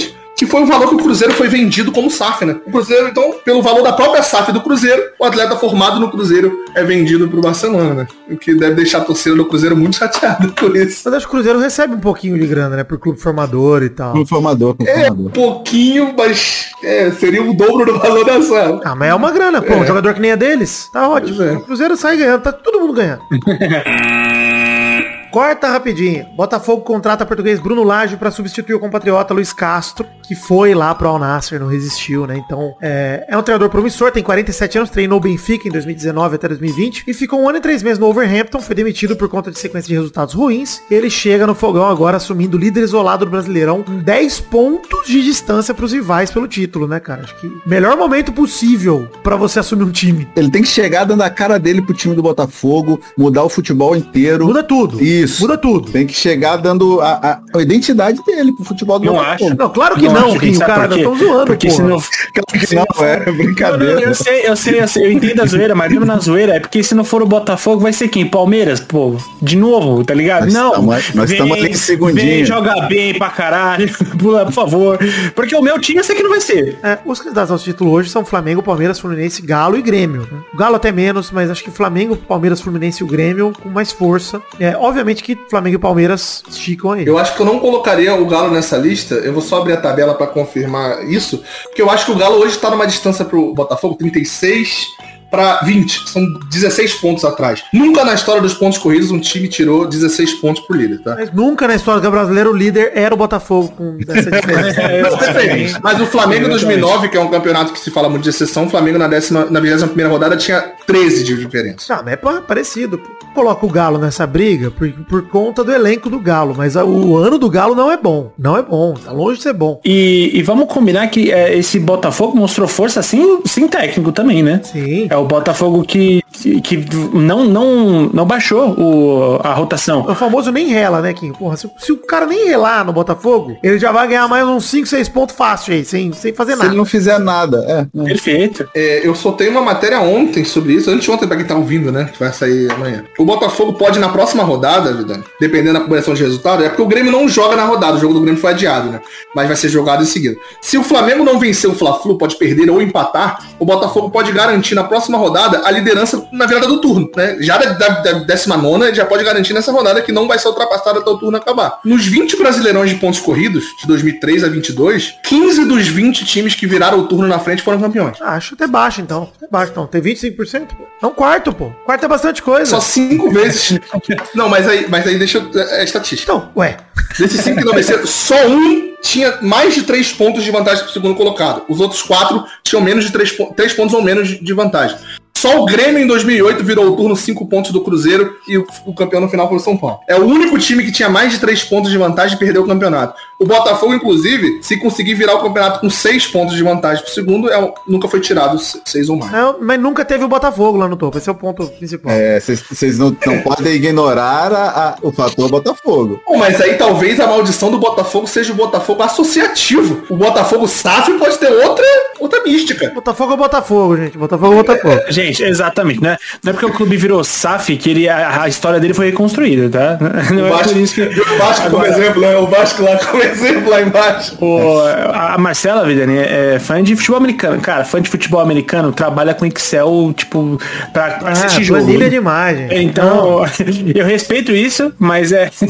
que foi o valor que o Cruzeiro foi vendido como SAF, né? O Cruzeiro, então, pelo valor da própria SAF do Cruzeiro, o atleta formado no Cruzeiro é vendido pro Barcelona, né? O que deve deixar a torcida do Cruzeiro muito chateada por isso. Mas acho que o Cruzeiro recebe um pouquinho de grana, né? Por clube formador e tal. Clube formador. Pouquinho, mas seria o dobro do valor da SAF. Ah, mas é uma grana, pô. Um jogador que nem é deles, tá ótimo. Pois é. O Cruzeiro sai ganhando, tá todo mundo ganhando. Corta rapidinho. Botafogo contrata português Bruno Lage para substituir o compatriota Luiz Castro, que foi lá pro Al Nassr, não resistiu, né? Então, é um treinador promissor, tem 47 anos, treinou o Benfica em 2019 até 2020 e ficou 1 ano e 3 meses no Wolverhampton, foi demitido por conta de sequência de resultados ruins. Ele chega no fogão agora assumindo o líder isolado do Brasileirão com 10 pontos de distância pros rivais pelo título, né, cara? Acho que melhor momento possível para você assumir um time. Ele tem que chegar dando a cara dele pro time do Botafogo, mudar o futebol inteiro. Muda tudo. Isso. Muda tudo. Tem que chegar dando a identidade dele pro futebol do Botafogo. Não, claro que não, Rio, cara, nós estamos zoando, porque porra. Não, é brincadeira. Eu sei, eu entendo a zoeira, mas mesmo na zoeira, é porque se não for o Botafogo, vai ser quem? Palmeiras, pô, de novo, tá ligado? Nós estamos ali em segundinho. Vem jogar bem pra caralho, por favor, porque o meu time eu sei que não vai ser. Os candidatos ao título hoje são Flamengo, Palmeiras, Fluminense, Galo e Grêmio, né? O Galo até menos, mas acho que Flamengo, Palmeiras, Fluminense e o Grêmio com mais força. Obviamente que Flamengo e Palmeiras esticam aí. Eu acho que eu não colocaria o Galo nessa lista, eu vou só abrir a tabela pra confirmar isso, porque eu acho que o Galo hoje tá numa distância pro Botafogo, 36 para 20, são 16 pontos atrás. Nunca na história dos pontos corridos um time tirou 16 pontos pro líder, tá? Mas nunca na história do brasileiro o líder era o Botafogo com essa diferença. Mas o Flamengo em 2009, que é um campeonato que se fala muito de exceção, o Flamengo na 21ª rodada tinha 13 de diferença. Ah, mas é parecido. Coloca o Galo nessa briga por conta do elenco do Galo, mas o ano do Galo não é bom. Não é bom, tá longe de ser bom. E vamos combinar que esse Botafogo mostrou força assim, sem técnico também, né? Sim. É o Botafogo que não baixou a rotação. O famoso nem rela, né, Kim? Porra, se o cara nem relar no Botafogo, ele já vai ganhar mais uns 5, 6 pontos fácil aí, sem fazer nada. Se ele não fizer nada, Perfeito. Eu soltei uma matéria ontem sobre isso, anteontem pra quem tá ouvindo, né, que vai sair amanhã. O Botafogo pode, na próxima rodada, Vidani, dependendo da progressão de resultado, é porque o Grêmio não joga na rodada, o jogo do Grêmio foi adiado, né, mas vai ser jogado em seguida. Se o Flamengo não vencer o Fla-Flu, pode perder ou empatar, o Botafogo pode garantir na próxima rodada a liderança na virada do turno, né? Já da 19ª, ele já pode garantir nessa rodada que não vai ser ultrapassada até o turno acabar. Nos 20 brasileirões de pontos corridos, de 2003 a 22, 15 dos 20 times que viraram o turno na frente foram campeões. Acho até baixo, então. Tem 25%? É um quarto, pô. Quarto é bastante coisa. Só 5 vezes. Não, mas aí deixa eu... É estatística. Então, ué. Desses 5 que não venceram, só um tinha mais de 3 pontos de vantagem pro segundo colocado. Os outros 4 tinham menos de 3 pontos ou menos de vantagem. Só o Grêmio em 2008 virou o turno 5 pontos do Cruzeiro e o campeão no final foi o São Paulo. É o único time que tinha mais de 3 pontos de vantagem e perdeu o campeonato. O Botafogo, inclusive, se conseguir virar o campeonato com 6 pontos de vantagem pro segundo, nunca foi tirado 6 ou mais. Mas nunca teve o Botafogo lá no topo. Esse é o ponto principal. Vocês não podem ignorar o fator Botafogo. Bom, mas aí talvez a maldição do Botafogo seja o Botafogo associativo. O Botafogo SAF pode ter outra mística. Botafogo é Botafogo, gente. Botafogo é Botafogo. Gente, exatamente, né? Não é porque o clube virou SAF que a história dele foi reconstruída, tá? Não o Vasco, por isso que... o Vasco como exemplo, né? O Vasco lá como exemplo lá embaixo. A Marcela, Vidani, é fã de futebol americano. Cara, fã de futebol americano trabalha com Excel, tipo, pra assistir jogo. Planilha de imagem. Então, eu respeito isso, mas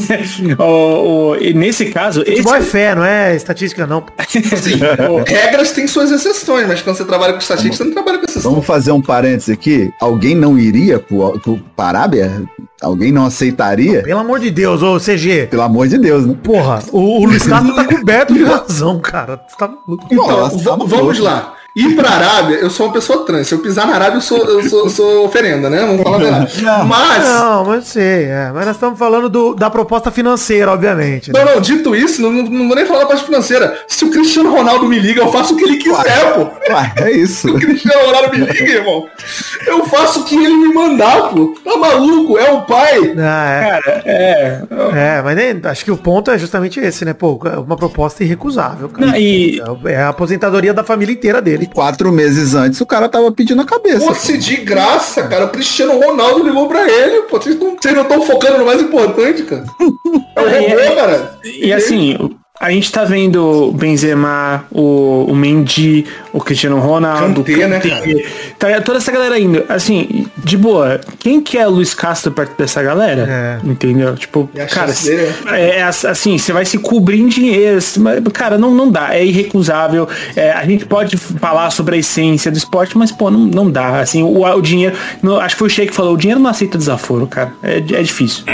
nesse caso... Futebol é fé, não é estatística, não. Sim, regras têm suas exceções, mas quando você trabalha com estatística, você não trabalha com exceções. Vamos fazer um parênteses aqui. Alguém não iria pro Arábia? Alguém não aceitaria? Pelo amor de Deus, ô CG. Pelo amor de Deus, né? Porra, o Luiz Castro tá coberto de razão, cara. Tá... Então, vamos lá. Ir pra Arábia, eu sou uma pessoa trans. Se eu pisar na Arábia, eu sou oferenda, né? Vamos falar a verdade. Mas sei. Mas nós estamos falando da proposta financeira, obviamente. Né? Não, dito isso, não vou nem falar da parte financeira. Se o Cristiano Ronaldo me liga, eu faço o que ele quiser, pô. É isso. Se o Cristiano Ronaldo me liga, irmão, eu faço o que ele me mandar, pô. Tá maluco? É o pai. Cara, mas nem, acho que o ponto é justamente esse, né? Pô, é uma proposta irrecusável, cara. É a aposentadoria da família inteira dele. 4 meses antes o cara tava pedindo a cabeça. Fosse de graça, cara. O Cristiano Ronaldo ligou pra ele. Pô, vocês não estão focando no mais importante, cara. É o robô, cara. E assim, a gente tá vendo o Benzema, o Mendy, o Cristiano Ronaldo, Kanté, né, cara? Tá, toda essa galera indo. Assim, de boa, quem que é o Luiz Castro perto dessa galera? Entendeu? Tipo, E a cara, chance dele assim, você vai se cobrir em dinheiro. Mas, cara, não dá. É irrecusável. A gente pode falar sobre a essência do esporte, mas, pô, não dá. Assim, o dinheiro... acho que foi o Sheik que falou, o dinheiro não aceita desaforo, cara. É difícil.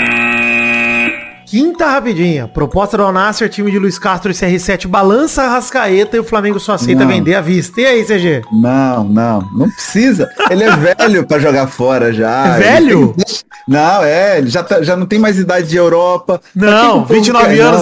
Quinta rapidinha. Proposta do Al Nassr, time de Luiz Castro e CR7 balança a Rascaeta e o Flamengo só aceita vender à vista. E aí, CG? Não precisa. Ele é velho pra jogar fora já. É velho? Não, ele já não tem mais idade de Europa. Não, 29 anos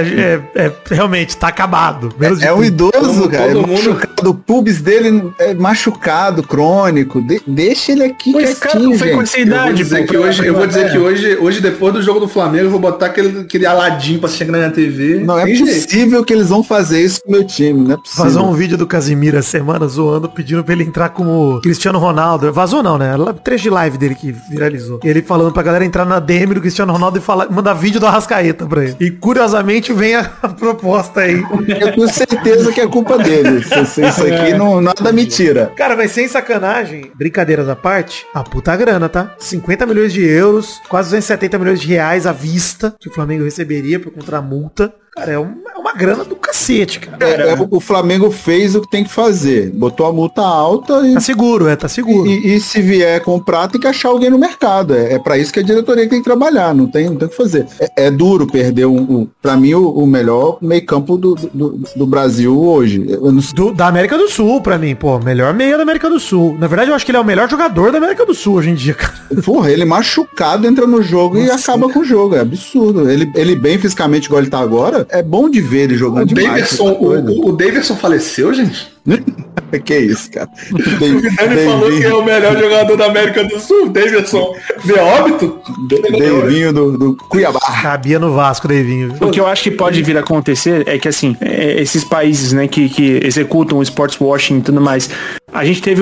realmente, tá acabado. É um idoso, cara. todo É mundo... machucado. O pubis dele é machucado, crônico. Deixa ele aqui Pois, cara, quietinho, não foi com gente. essa idade. Eu vou dizer que hoje, depois do jogo do Flamengo, eu vou botar aquele Aladim pra chegar na TV. Não é possível que eles vão fazer isso com o meu time. Não é possível. Vazou um vídeo do Casimiro essa semana zoando, pedindo pra ele entrar como Cristiano Ronaldo. Vazou não, né? Trecho de live dele que viralizou. Ele falando pra galera entrar na DM do Cristiano Ronaldo e mandar vídeo do Arrascaeta pra ele. E curiosamente vem a proposta aí. Eu tenho certeza que é culpa dele. Isso aqui nada me tira. Cara, mas sem sacanagem, brincadeiras à parte, a puta grana, tá? 50 milhões de euros, quase 270 milhões de reais à vista que o Flamengo receberia por contra a multa. Cara, é uma grana do cacete, cara. O Flamengo fez o que tem que fazer. Botou a multa alta e... Tá seguro, tá seguro. E se vier comprar, tem que achar alguém no mercado. É pra isso que a diretoria tem que trabalhar. Não tem o que fazer. É duro perder pra mim, o melhor meio campo do Brasil hoje. Da América do Sul, pra mim, pô. Melhor meia da América do Sul. Na verdade, eu acho que ele é o melhor jogador da América do Sul hoje em dia, cara. Porra, ele machucado entra no jogo e acaba com o jogo. É absurdo. Ele bem fisicamente, igual ele tá agora, é bom de ver ele jogando demais. O Davidson faleceu, gente? Que isso, cara? O Vidani falou que é o melhor jogador da América do Sul. Davidson vê óbito? Davinho do Cuiabá. Cabia no Vasco, Davinho. O que eu acho que pode vir a acontecer é que, assim, esses países, né, que executam o sports washing e tudo mais, a gente teve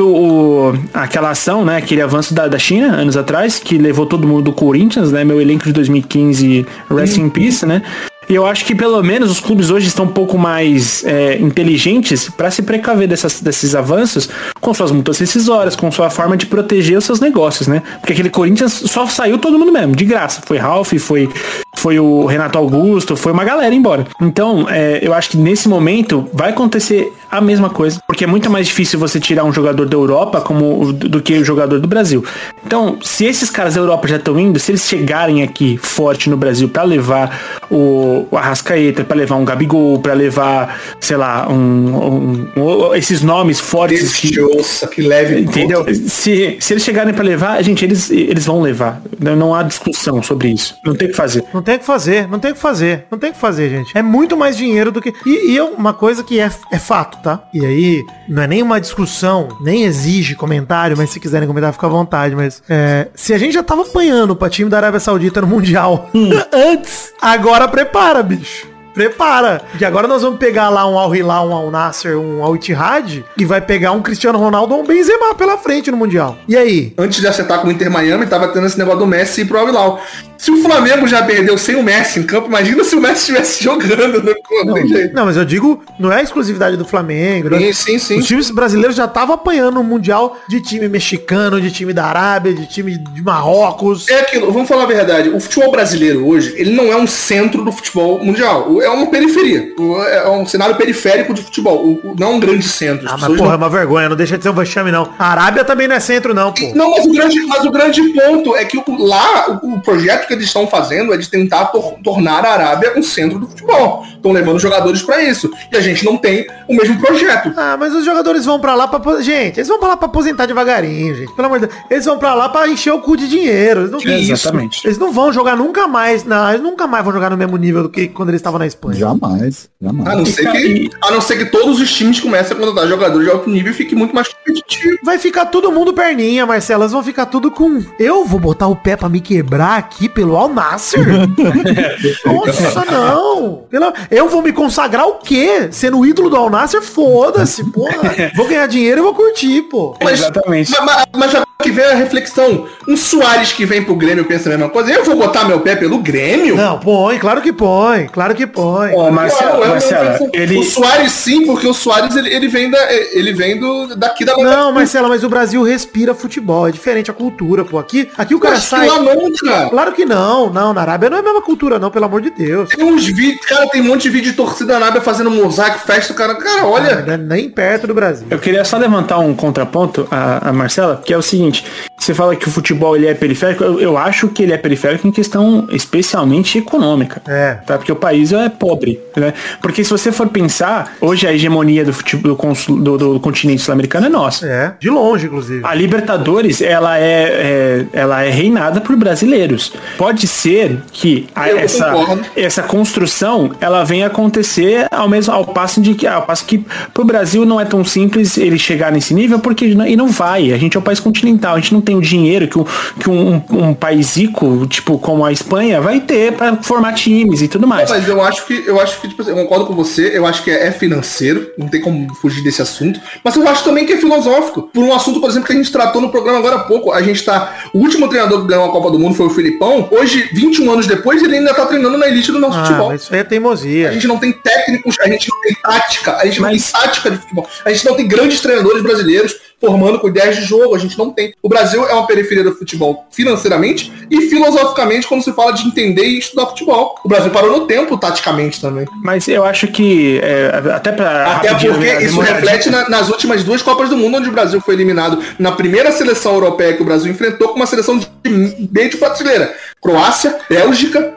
aquela ação, né, aquele avanço da China, anos atrás, que levou todo mundo do Corinthians, né, meu elenco de 2015, Rest in Peace, né, e eu acho que pelo menos os clubes hoje estão um pouco mais inteligentes para se precaver desses avanços com suas multas rescisórias, com sua forma de proteger os seus negócios, né? Porque aquele Corinthians só saiu todo mundo mesmo, de graça. Foi Ralf, foi o Renato Augusto, foi uma galera embora. Então, eu acho que nesse momento vai acontecer a mesma coisa, porque é muito mais difícil você tirar um jogador da Europa do que o jogador do Brasil. Então, se esses caras da Europa já estão indo, se eles chegarem aqui forte no Brasil para levar o Arrascaeta, para levar um Gabigol, para levar, sei lá, esses nomes fortes que leve, entendeu? Se eles chegarem para levar, gente, eles vão levar. Não há discussão sobre isso. Não tem o que fazer. Não tem o que fazer, gente. É muito mais dinheiro do que... E uma coisa que é fato, tá? E aí, não é nem uma discussão, nem exige comentário, mas se quiserem comentar, fica à vontade, mas... se a gente já tava apanhando pra time da Arábia Saudita no Mundial antes, agora prepara, bicho. Prepara, que agora nós vamos pegar lá um Al Hilal, um Al Nassr, um Al Ittihad e vai pegar um Cristiano Ronaldo ou um Benzema pela frente no Mundial. E aí? Antes de acertar com o Inter Miami, tava tendo esse negócio do Messi ir pro Al Hilal. Se o Flamengo já perdeu sem o Messi em campo, imagina se o Messi estivesse jogando. Não, mas eu digo, não é a exclusividade do Flamengo. Sim. Os times brasileiros já estavam apanhando o Mundial de time mexicano, de time da Arábia, de time de Marrocos. É aquilo, vamos falar a verdade. O futebol brasileiro hoje, ele não é um centro do futebol mundial. É uma periferia. É um cenário periférico de futebol. Não é um grande centro. Mas porra, é uma vergonha. Não deixa de ser um vexame, não. A Arábia também não é centro, não, pô. Não, mas o grande ponto é que lá, o projeto que eles estão fazendo é de tentar tornar a Arábia um centro do futebol. Estão levando jogadores pra isso. E a gente não tem o mesmo projeto. Mas os jogadores vão pra lá pra... Gente, eles vão pra lá pra aposentar devagarinho, gente. Pelo amor de Deus. Eles vão pra lá pra encher o cu de dinheiro. Eles não... Exatamente. Eles não vão jogar nunca mais. Não, eles nunca mais vão jogar no mesmo nível do que quando eles estavam na Espanha. Jamais. A não ser que todos os times comecem a contratar jogadores de alto nível e fique muito mais competitivo. Vai ficar todo mundo perninha, Marcelo. Elas vão ficar tudo com... Eu vou botar o pé pra me quebrar aqui pelo Al Nassr? Nossa, não. Eu vou me consagrar o quê? Sendo o ídolo do Al Nassr? Foda-se, porra. Vou ganhar dinheiro e vou curtir, pô. Exatamente. Mas já que vem a reflexão. Um Suárez que vem pro Grêmio pensa a mesma coisa. Eu vou botar meu pé pelo Grêmio? Não, põe, claro que põe. Claro que põe. sonho. Ó, Marcelo, O Suárez sim, porque o Suárez ele vem daqui da... Não, Marcelo, mas o Brasil respira futebol, é diferente a cultura, pô. Aqui o cara sai... Lá não, cara. Claro que não, na Arábia não é a mesma cultura não, pelo amor de Deus. Tem uns vídeos, cara, tem um monte de vídeo de torcida na Arábia fazendo mosaico, festa, cara, olha... Não é nem perto do Brasil. Eu queria só levantar um contraponto a Marcela, que é o seguinte, você fala que o futebol ele é periférico, eu acho que ele é periférico em questão especialmente econômica. Tá? Porque o país é pobre, né? Porque se você for pensar, hoje a hegemonia do futebol do continente sul-americano é nossa. De longe, inclusive. A Libertadores, ela é reinada por brasileiros. Pode ser que essa construção, ela venha acontecer ao passo que pro Brasil não é tão simples ele chegar nesse nível, porque e não vai. A gente é um país continental, a gente não tem o dinheiro que um país rico, tipo como a Espanha, vai ter para formar times e tudo mais. Mas eu acho que tipo, eu concordo com você, eu acho que é financeiro, não tem como fugir desse assunto, mas eu acho também que é filosófico. Por um assunto, por exemplo, que a gente tratou no programa agora há pouco, o último treinador que ganhou a Copa do Mundo foi o Filipão, hoje, 21 anos depois, ele ainda tá treinando na elite do nosso futebol. Isso aí é teimosia. A gente não tem técnicos, a gente não tem tática, a gente não tem tática de futebol, a gente não tem grandes treinadores brasileiros formando com ideias de jogo, a gente não tem. O Brasil é uma periferia do futebol financeiramente e filosoficamente quando se fala de entender e estudar futebol. O Brasil parou no tempo, taticamente também. Mas eu acho que, até porque isso reflete nas últimas 2 Copas do Mundo, onde o Brasil foi eliminado na primeira seleção europeia que o Brasil enfrentou com uma seleção de meio de prateleira. Croácia, Bélgica,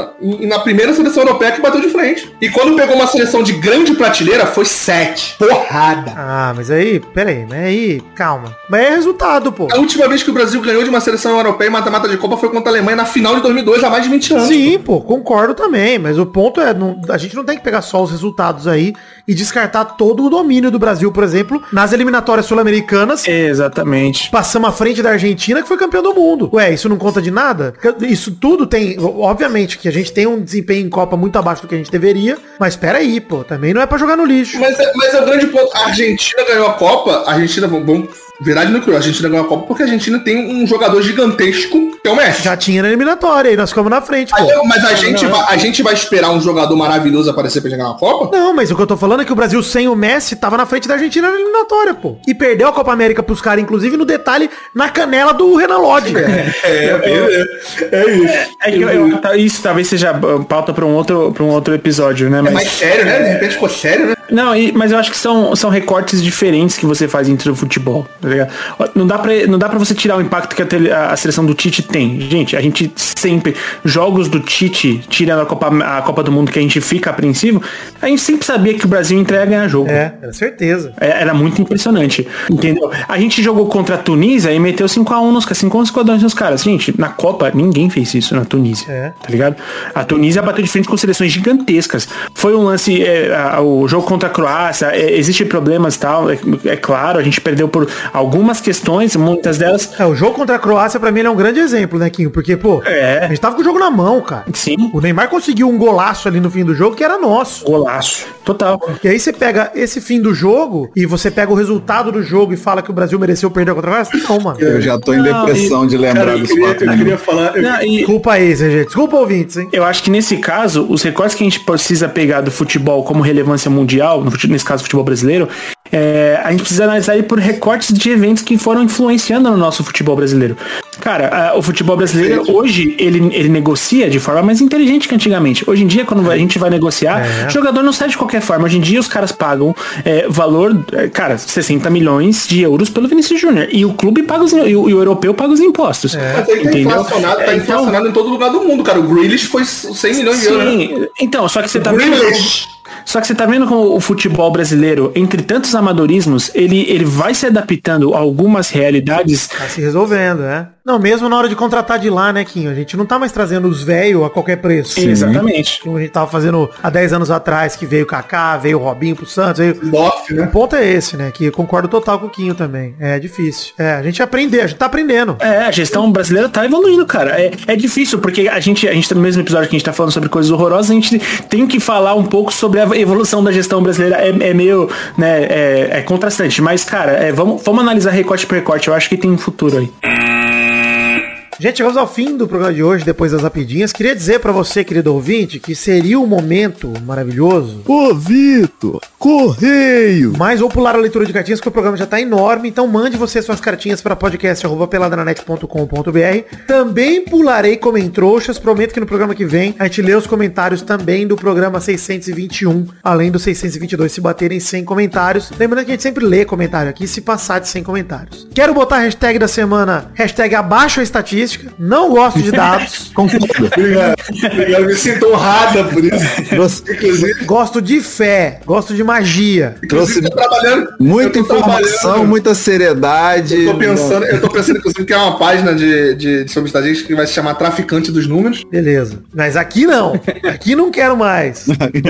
e na primeira seleção europeia que bateu de frente. E quando pegou uma seleção de grande prateleira, foi 7. Porrada. Mas aí, peraí, né? Aí, calma. Mas é resultado, pô. A última vez que o Brasil ganhou de uma seleção europeia em mata-mata de Copa foi contra a Alemanha na final de 2002, há mais de 20 anos. Sim, pô, concordo também. Mas o ponto é, a gente não tem que pegar só os resultados aí e descartar todo o domínio do Brasil, por exemplo, nas eliminatórias sul-americanas. Exatamente. Passamos à frente da Argentina, que foi campeão do mundo. Ué, isso não conta de nada? Isso tudo tem, obviamente, que a gente tem um desempenho em Copa muito abaixo do que a gente deveria, mas peraí, pô, também não é pra jogar no lixo. Mas é o grande ponto. A Argentina ganhou a Copa, a Argentina, vamos verdade no cru, a Argentina ganhou a Copa porque a Argentina tem um jogador gigantesco, que é o Messi. Já tinha na eliminatória, e nós ficamos na frente, pô. Mas a gente vai esperar um jogador maravilhoso aparecer pra jogar uma Copa? Não, mas o que eu tô falando é que o Brasil sem o Messi tava na frente da Argentina na eliminatória, pô. E perdeu a Copa América pros caras, inclusive no detalhe, na canela do Renan Lodge. Isso talvez seja pauta pra um outro episódio, né? Mas... É mais sério, né? De repente ficou sério, né? Não, mas eu acho que são recortes diferentes que você faz dentro do futebol, tá ligado? Não dá pra você tirar o impacto que a seleção do Tite tem. Gente, a gente sempre, jogos do Tite, tirando a Copa do Mundo que a gente fica apreensivo, a gente sempre sabia que o Brasil ia ganhar jogo. Era certeza. Era muito impressionante, entendeu? A gente jogou contra a Tunísia e meteu 5-1 5-2 nos caras. Gente, na Copa, ninguém fez isso na Tunísia, tá ligado? A Tunísia bateu de frente com seleções gigantescas. Foi um lance, o jogo contra a Croácia, existem problemas e tal, é claro, a gente perdeu por algumas questões, muitas delas... O jogo contra a Croácia, pra mim, ele é um grande exemplo, né, Quinho? Porque, pô, a gente tava com o jogo na mão, cara. Sim. O Neymar conseguiu um golaço ali no fim do jogo que era nosso. Golaço. Total. E aí você pega esse fim do jogo e você pega o resultado do jogo e fala que o Brasil mereceu perder contra a Croácia? Não, mano. Eu já tô em depressão de lembrar dos 4 Eu queria falar... Desculpa aí, gente. Desculpa, ouvintes, hein? Eu acho que nesse caso, os recortes que a gente precisa pegar do futebol como relevância mundial, nesse caso, futebol brasileiro, a gente precisa analisar aí por recortes de eventos que foram influenciando no nosso futebol brasileiro. Cara, o futebol brasileiro hoje, ele negocia de forma mais inteligente que antigamente. Hoje em dia, quando a gente vai negociar, o jogador não sai de qualquer forma. Hoje em dia, os caras pagam valor, 60 milhões de euros pelo Vinícius Júnior. E o clube paga e o europeu paga os impostos. Mas ele tá inflacionado em todo lugar do mundo, cara. O Grealish foi 100 milhões de euros. Né? Então, só que você tá vendo como o futebol brasileiro, entre tantos amadorismos, ele vai se adaptando a algumas realidades. Tá se resolvendo, né? Não, mesmo na hora de contratar de lá, né, Quinho? A gente não tá mais trazendo os velhos a qualquer preço. Exatamente. Como a gente tava fazendo há 10 anos atrás, que veio o Kaká, veio o Robinho pro Santos. Veio... né? O ponto é esse, né? Que eu concordo total com o Quinho também. É difícil. A gente tá aprendendo. A gestão brasileira tá evoluindo, cara. É difícil, porque a gente no mesmo episódio que a gente tá falando sobre coisas horrorosas, a gente tem que falar um pouco sobre a evolução da gestão brasileira. É meio, né, é contrastante. Mas, cara, vamos analisar recorte por recorte. Eu acho que tem um futuro aí. Gente, chegamos ao fim do programa de hoje, depois das rapidinhas. Queria dizer pra você, querido ouvinte, que seria um momento maravilhoso. Ô, Vitor, correio! Mas vou pular a leitura de cartinhas, porque o programa já tá enorme. Então mande você suas cartinhas para podcast@peladranet.com.br. Também pularei Comentrouxas. Prometo que no programa que vem a gente lê os comentários também do programa 621, além do 622 se baterem 100 comentários. Lembrando que a gente sempre lê comentário aqui se passar de 100 comentários. Quero botar a hashtag da semana, hashtag abaixo a estatística. Não gosto de dados. Obrigado, me sinto honrada por isso. Inclusive, Gosto de fé, gosto de magia. Trouxe tô trabalhando. muita eu tô informação, trabalhando. muita seriedade. Eu tô pensando, inclusive, que é uma página sobre estatística que vai se chamar Traficante dos Números. Beleza. Mas aqui não. Aqui não quero mais.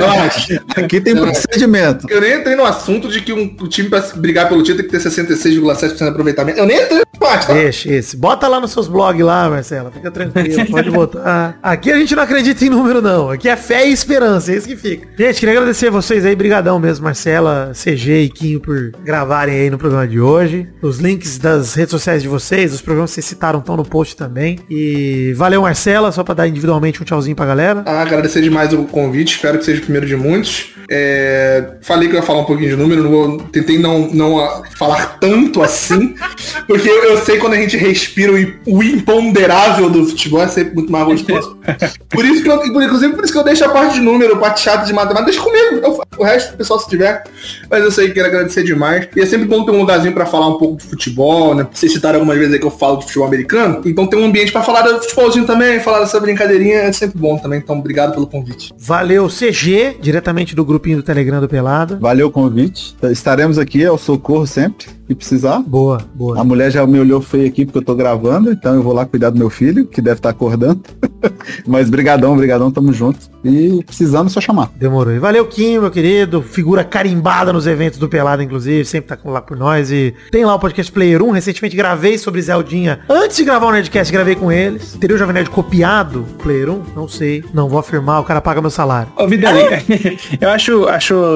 Aqui tem procedimento. Eu nem entrei no assunto de que o time pra brigar pelo título tem que ter 66,7% de aproveitamento. Eu nem entrei no parte, tá? Deixa esse. Bota lá nos seus blogs lá, Marcela. Fica tranquilo. Pode botar. Aqui a gente não acredita em número, não. Aqui é fé e esperança. É isso que fica. Gente, queria agradecer a vocês aí. Brigadão mesmo, Marcela, CG e Quinho, por gravarem aí no programa de hoje. Os links das redes sociais de vocês, os programas que vocês citaram estão no post também. E valeu, Marcela, só pra dar individualmente um tchauzinho pra galera. Agradecer demais o convite. Espero que seja o primeiro de muitos. Falei que eu ia falar um pouquinho de número. Tentei não falar tanto assim. Porque eu sei quando a gente respira o imponderável do futebol é sempre muito mais gostoso. Por isso que eu deixo a parte de número, a parte chata de matemática. Deixa comigo. O resto, o pessoal, se tiver. Mas eu sei que quero agradecer demais. E é sempre bom ter um lugarzinho pra falar um pouco de futebol, né? Vocês citaram algumas vezes aí que eu falo de futebol americano. Então tem um ambiente pra falar do futebolzinho também, falar dessa brincadeirinha. É sempre bom também. Então, obrigado pelo convite. Valeu, CG, diretamente do grupinho do Telegram do Pelada. Valeu o convite. Estaremos aqui ao socorro sempre que precisar. Boa, boa. A mulher já me olhou feio aqui porque eu tô gravando, então eu vou lá cuidar do meu filho, que deve estar acordando. Mas brigadão, tamo junto. E precisando, só chamar. Demorou. E valeu, Kim, meu querido. Figura carimbada nos eventos do Pelada, inclusive. Sempre tá lá por nós. E tem lá o podcast Player 1. Recentemente gravei sobre Zeldinha. Antes de gravar o Nerdcast, gravei com eles. Teria o Jovem Nerd copiado Player 1? Não sei. Não vou afirmar. O cara paga meu salário. Ô, Vidani, eu acho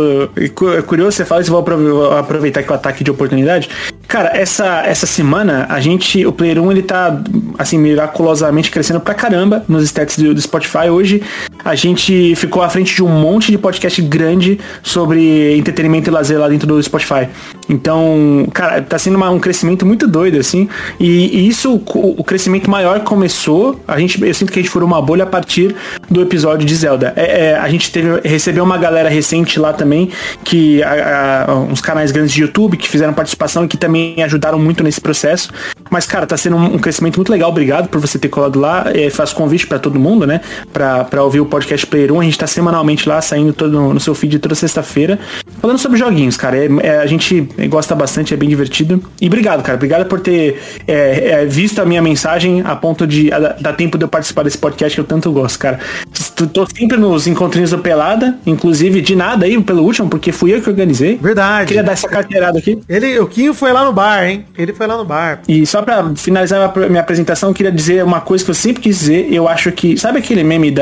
curioso você falar isso. Vou aproveitar que o ataque de oportunidade. Cara, essa semana, o Player 1, ele tá, assim, miraculosamente crescendo pra caramba nos stats do Spotify. Hoje, a gente ficou à frente de um monte de podcast grande sobre entretenimento e lazer lá dentro do Spotify. Então, cara, tá sendo um crescimento muito doido, assim. E isso, o crescimento maior começou, eu sinto que a gente furou uma bolha a partir do episódio de Zelda. A gente recebeu uma galera recente lá também, que uns canais grandes de YouTube que fizeram participação e que também ajudaram muito nesse processo. Mas, cara, tá sendo um crescimento muito legal. Obrigado por você ter colado lá. Faço convite pra todo mundo, né? Pra ouvir o podcast Player 1. A gente tá semanalmente lá, saindo no seu feed toda sexta-feira, falando sobre joguinhos, cara. A gente gosta bastante, é bem divertido. E obrigado, cara. Obrigado por ter visto a minha mensagem a ponto de dar tempo de eu participar desse podcast que eu tanto gosto, cara. Tô sempre nos encontrinhos do Pelada, inclusive de nada aí, pelo último, porque fui eu que organizei. Verdade. Queria dar essa carteirada aqui. O Quinho foi lá no bar, hein? Ele foi lá no bar. E só pra finalizar minha apresentação, eu queria dizer uma coisa que eu sempre quis dizer. Eu acho que... Sabe aquele meme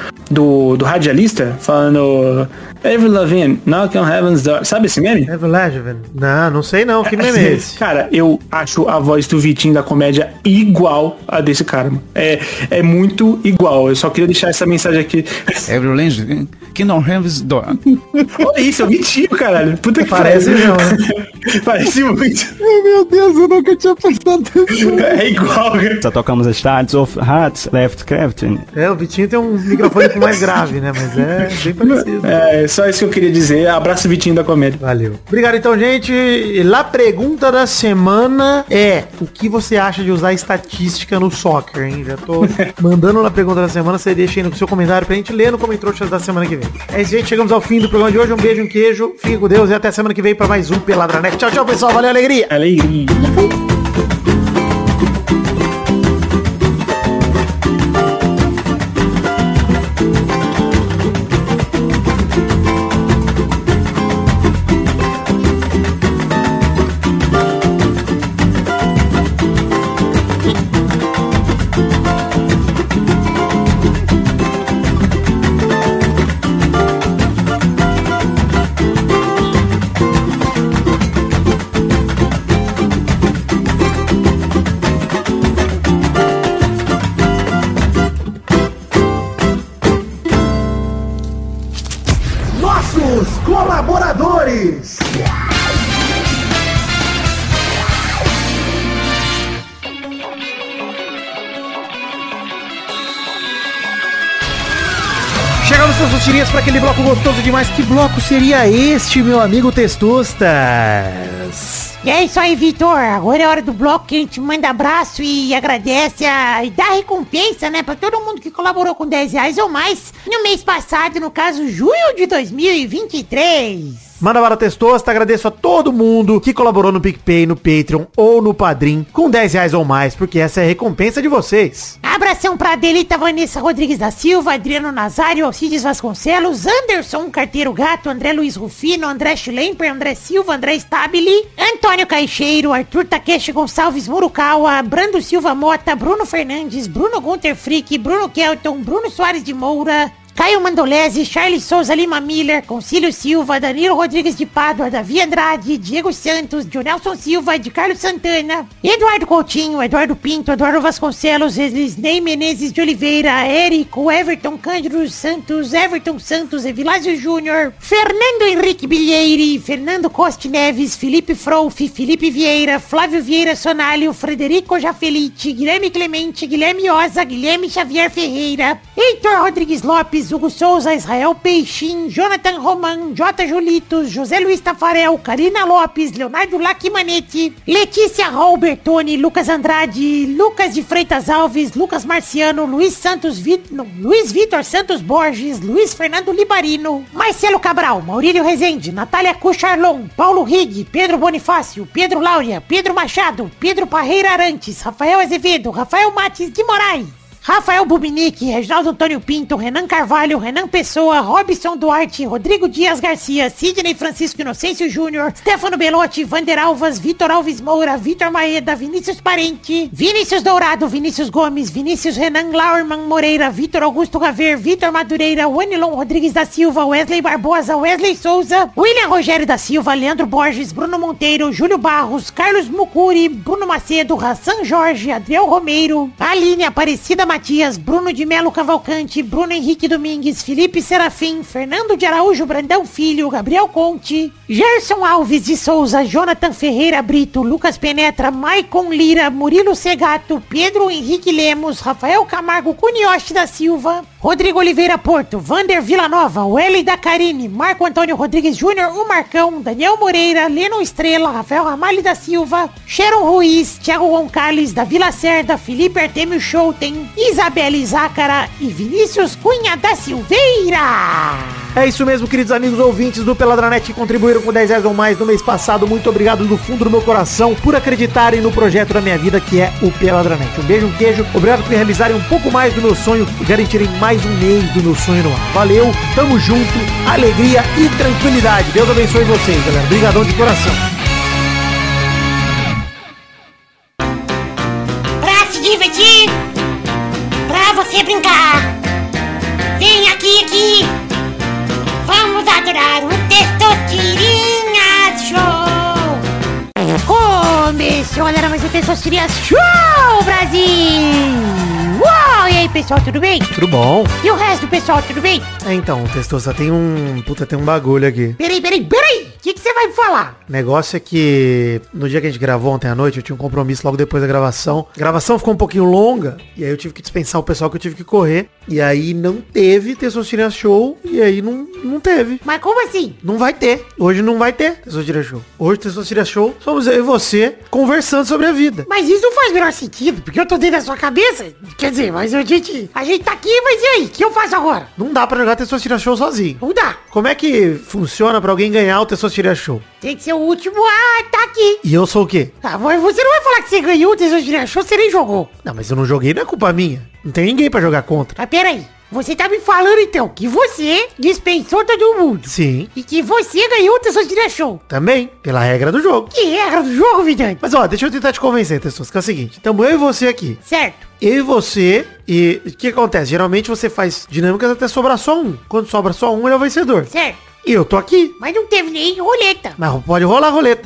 do radialista? Falando... Avril Lavigne, knock on heaven's door. Sabe esse meme? Avril Lavigne? Não sei não. Que meme é esse? Cara, eu acho a voz do Vitinho da comédia igual a desse cara, mano. É muito igual. Eu só queria deixar essa mensagem aqui. Avril Lavigne, knock on heaven's door. Olha isso, é o Vitinho, caralho. Puta que parece pariu. não, né? Parece muito. Meu Deus, eu nunca tinha prestado atenção. É igual, cara. Só tocamos as Stars of Hearts, Left Crafting. O Vitinho tem um microfone com mais grave, né? Mas é bem parecido. É só isso que eu queria dizer. Abraço, Vitinho da comédia. Valeu. Obrigado então, gente. A pergunta da semana é: o que você acha de usar estatística no soccer, hein? Já tô mandando na pergunta da semana. Você deixa aí no seu comentário pra gente ler no Comentrouxas da semana que vem. É isso, gente. Chegamos ao fim do programa de hoje. Um beijo, um queijo. Fique com Deus e até semana que vem pra mais um Peladranet. Tchau, tchau, pessoal. Valeu, alegria. Alegria. Testosterinhas, para aquele bloco gostoso demais. Que bloco seria este, meu amigo Testostas? E é isso aí, Vitor. Agora é hora do bloco que a gente manda abraço e agradece e dá recompensa, né? Pra todo mundo que colaborou com 10 reais ou mais no mês passado, no caso, junho de 2023. Manda para Testosta, agradeço a todo mundo que colaborou no PicPay, no Patreon ou no Padrim com 10 reais ou mais, porque essa é a recompensa de vocês. Abração pra Adelita Vanessa Rodrigues da Silva, Adriano Nazário, Alcides Vasconcelos, Anderson Carteiro Gato, André Luiz Rufino, André Schlemper, André Silva, André Stabile, Antônio Caixeiro, Arthur Takeshi Gonçalves Murukawa, Brando Silva Mota, Bruno Fernandes, Bruno Gunter Frick, Bruno Kelton, Bruno Soares de Moura, Caio Mandolese, Charles Souza Lima Miller, Concílio Silva, Danilo Rodrigues de Pádua, Davi Andrade, Diego Santos, Jonelson Silva, de Carlos Santana, Eduardo Coutinho, Eduardo Pinto, Eduardo Vasconcelos, Elisnei Menezes de Oliveira, Érico, Everton Cândido Santos, Everton Santos, Evilásio Júnior, Fernando Henrique Bilheire, Fernando Costa Neves, Felipe Frouf, Felipe Vieira, Flávio Vieira Sonalho, Frederico Jafelite, Guilherme Clemente, Guilherme Oza, Guilherme Xavier Ferreira, Heitor Rodrigues Lopes, Hugo Souza, Israel Peixin, Jonathan Roman, J. Julitos, José Luiz Tafarel, Karina Lopes, Leonardo Lacimanetti, Letícia Robertoni, Lucas Andrade, Lucas de Freitas Alves, Lucas Marciano, Luiz Vitor Santos Borges, Luiz Fernando Libarino, Marcelo Cabral, Maurílio Rezende, Natália Cucharlon, Paulo Rig, Pedro Bonifácio, Pedro Laura, Pedro Machado, Pedro Parreira Arantes, Rafael Azevedo, Rafael Mates de Moraes, Rafael Bubinique, Reginaldo Antônio Pinto, Renan Carvalho, Renan Pessoa, Robson Duarte, Rodrigo Dias Garcia, Sidney Francisco Inocêncio Júnior, Stefano Belotti, Vander Alvas, Vitor Alves Moura, Vitor Maeda, Vinícius Parente, Vinícius Dourado, Vinícius Gomes, Vinícius Renan Laurman Moreira, Vitor Augusto Gaver, Vitor Madureira, Wanilon Rodrigues da Silva, Wesley Barbosa, Wesley Souza, William Rogério da Silva, Leandro Borges, Bruno Monteiro, Júlio Barros, Carlos Mucuri, Bruno Macedo, Hassan Jorge, Adriel Romero, Aline Aparecida Matias, Bruno de Melo Cavalcante, Bruno Henrique Domingues, Felipe Serafim, Fernando de Araújo Brandão Filho, Gabriel Conte, Gerson Alves de Souza, Jonathan Ferreira Brito, Lucas Penetra, Maicon Lira, Murilo Segato, Pedro Henrique Lemos, Rafael Camargo Cunioche da Silva, Rodrigo Oliveira Porto, Vander Villanova, Welly da Carine, Marco Antônio Rodrigues Júnior, o Marcão, Daniel Moreira, Leno Estrela, Rafael Ramalho da Silva, Sharon Ruiz, Thiago Gonçalves, da Vila Cerda, Felipe Artemio Schouten, Isabelle Zácara e Vinícius Cunha da Silveira. É isso mesmo, queridos amigos ouvintes do Peladranet que contribuíram com 10 reais ou mais no mês passado. Muito obrigado do fundo do meu coração por acreditarem no projeto da minha vida, que é o Peladranet. Um beijo, um queijo. Obrigado por me realizarem um pouco mais do meu sonho e garantirem mais um mês do meu sonho no ar. Valeu, tamo junto, alegria e tranquilidade. Deus abençoe vocês, galera. Obrigadão de coração. Pra se divertir, pra você brincar, vem aqui. Vamos adorar o Testosterinha Show! Começou, galera, mais um Testosterinha Show, Brasil! Uau! E aí, pessoal, tudo bem? Tudo bom? E o resto do pessoal, tudo bem? Então, Testosta, tem um bagulho aqui. Peraí! O que você vai me falar? O negócio é que no dia que a gente gravou ontem à noite, eu tinha um compromisso logo depois da gravação. A gravação ficou um pouquinho longa, e aí eu tive que dispensar o pessoal que eu tive que correr. E aí não teve Testosterinha Show, e aí não teve. Mas como assim? Não vai ter. Hoje não vai ter Testosterinha Show. Hoje Testosterinha Show somos eu e você conversando sobre a vida. Mas isso não faz o menor sentido, porque eu tô dentro da sua cabeça. Quer dizer, mas a gente tá aqui, mas e aí? O que eu faço agora? Não dá pra jogar Testosterinha Show sozinho. Não dá. Como é que funciona pra alguém ganhar o Testosterinha Show? Tem que ser o último a tá aqui. E eu sou o quê? Ah, mas você não vai falar que você ganhou o Testosterinha Show, você nem jogou. Não, mas eu não joguei, não é culpa minha. Não tem ninguém pra jogar contra. Mas peraí, você tá me falando então que você dispensou todo mundo. Sim. E que você ganhou o Testosterinha Show. Também, pela regra do jogo. Que regra do jogo, Vidani? Mas ó, deixa eu tentar te convencer, Testos, que é o seguinte. Tamo eu e você aqui. Certo. Eu e você, e o que acontece? Geralmente você faz dinâmicas até sobrar só um. Quando sobra só um, ele é o vencedor. Certo. E eu tô aqui. Mas não teve nem roleta. Mas pode rolar a roleta.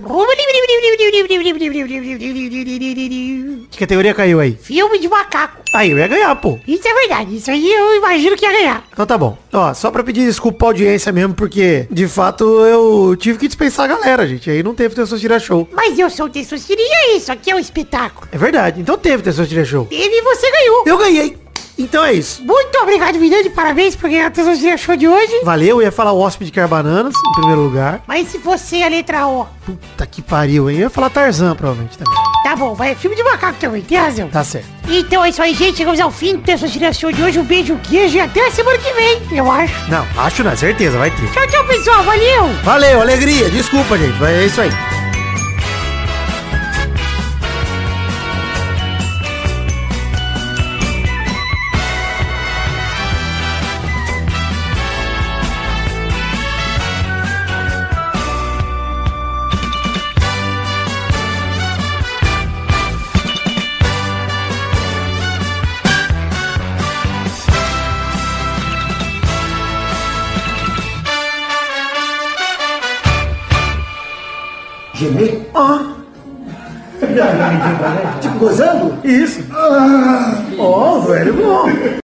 Que categoria caiu aí? Filme de macaco. Aí eu ia ganhar, pô. Isso é verdade. Isso aí eu imagino que ia ganhar. Então tá bom. Ó, só pra pedir desculpa pra audiência mesmo, porque, de fato, eu tive que dispensar a galera, gente. Aí não teve Testosterinha Show. Mas eu sou o Testosterinha, isso aqui é um espetáculo. É verdade. Então teve Testosterinha Show. Teve e você ganhou. Eu ganhei. Então é isso. Muito obrigado, Vidani. Parabéns por ganhar o Tesouro Show de hoje. Valeu, eu ia falar o hóspede quer bananas, em primeiro lugar. Mas se fosse a letra O? Puta que pariu, hein? Eu ia falar Tarzan, provavelmente, também. Tá bom, vai. Filme de macaco também, tem razão. Tá certo. Então é isso aí, gente. Chegamos ao fim do Tesouro Show de hoje. Um beijo, um queijo e até a semana que vem, eu acho. Não, acho não, certeza, vai ter. Tchau, tchau, pessoal. Valeu. Valeu, alegria. Desculpa, gente. É isso aí. Gemer? Tipo gozando? Isso. Ó, velho, bom.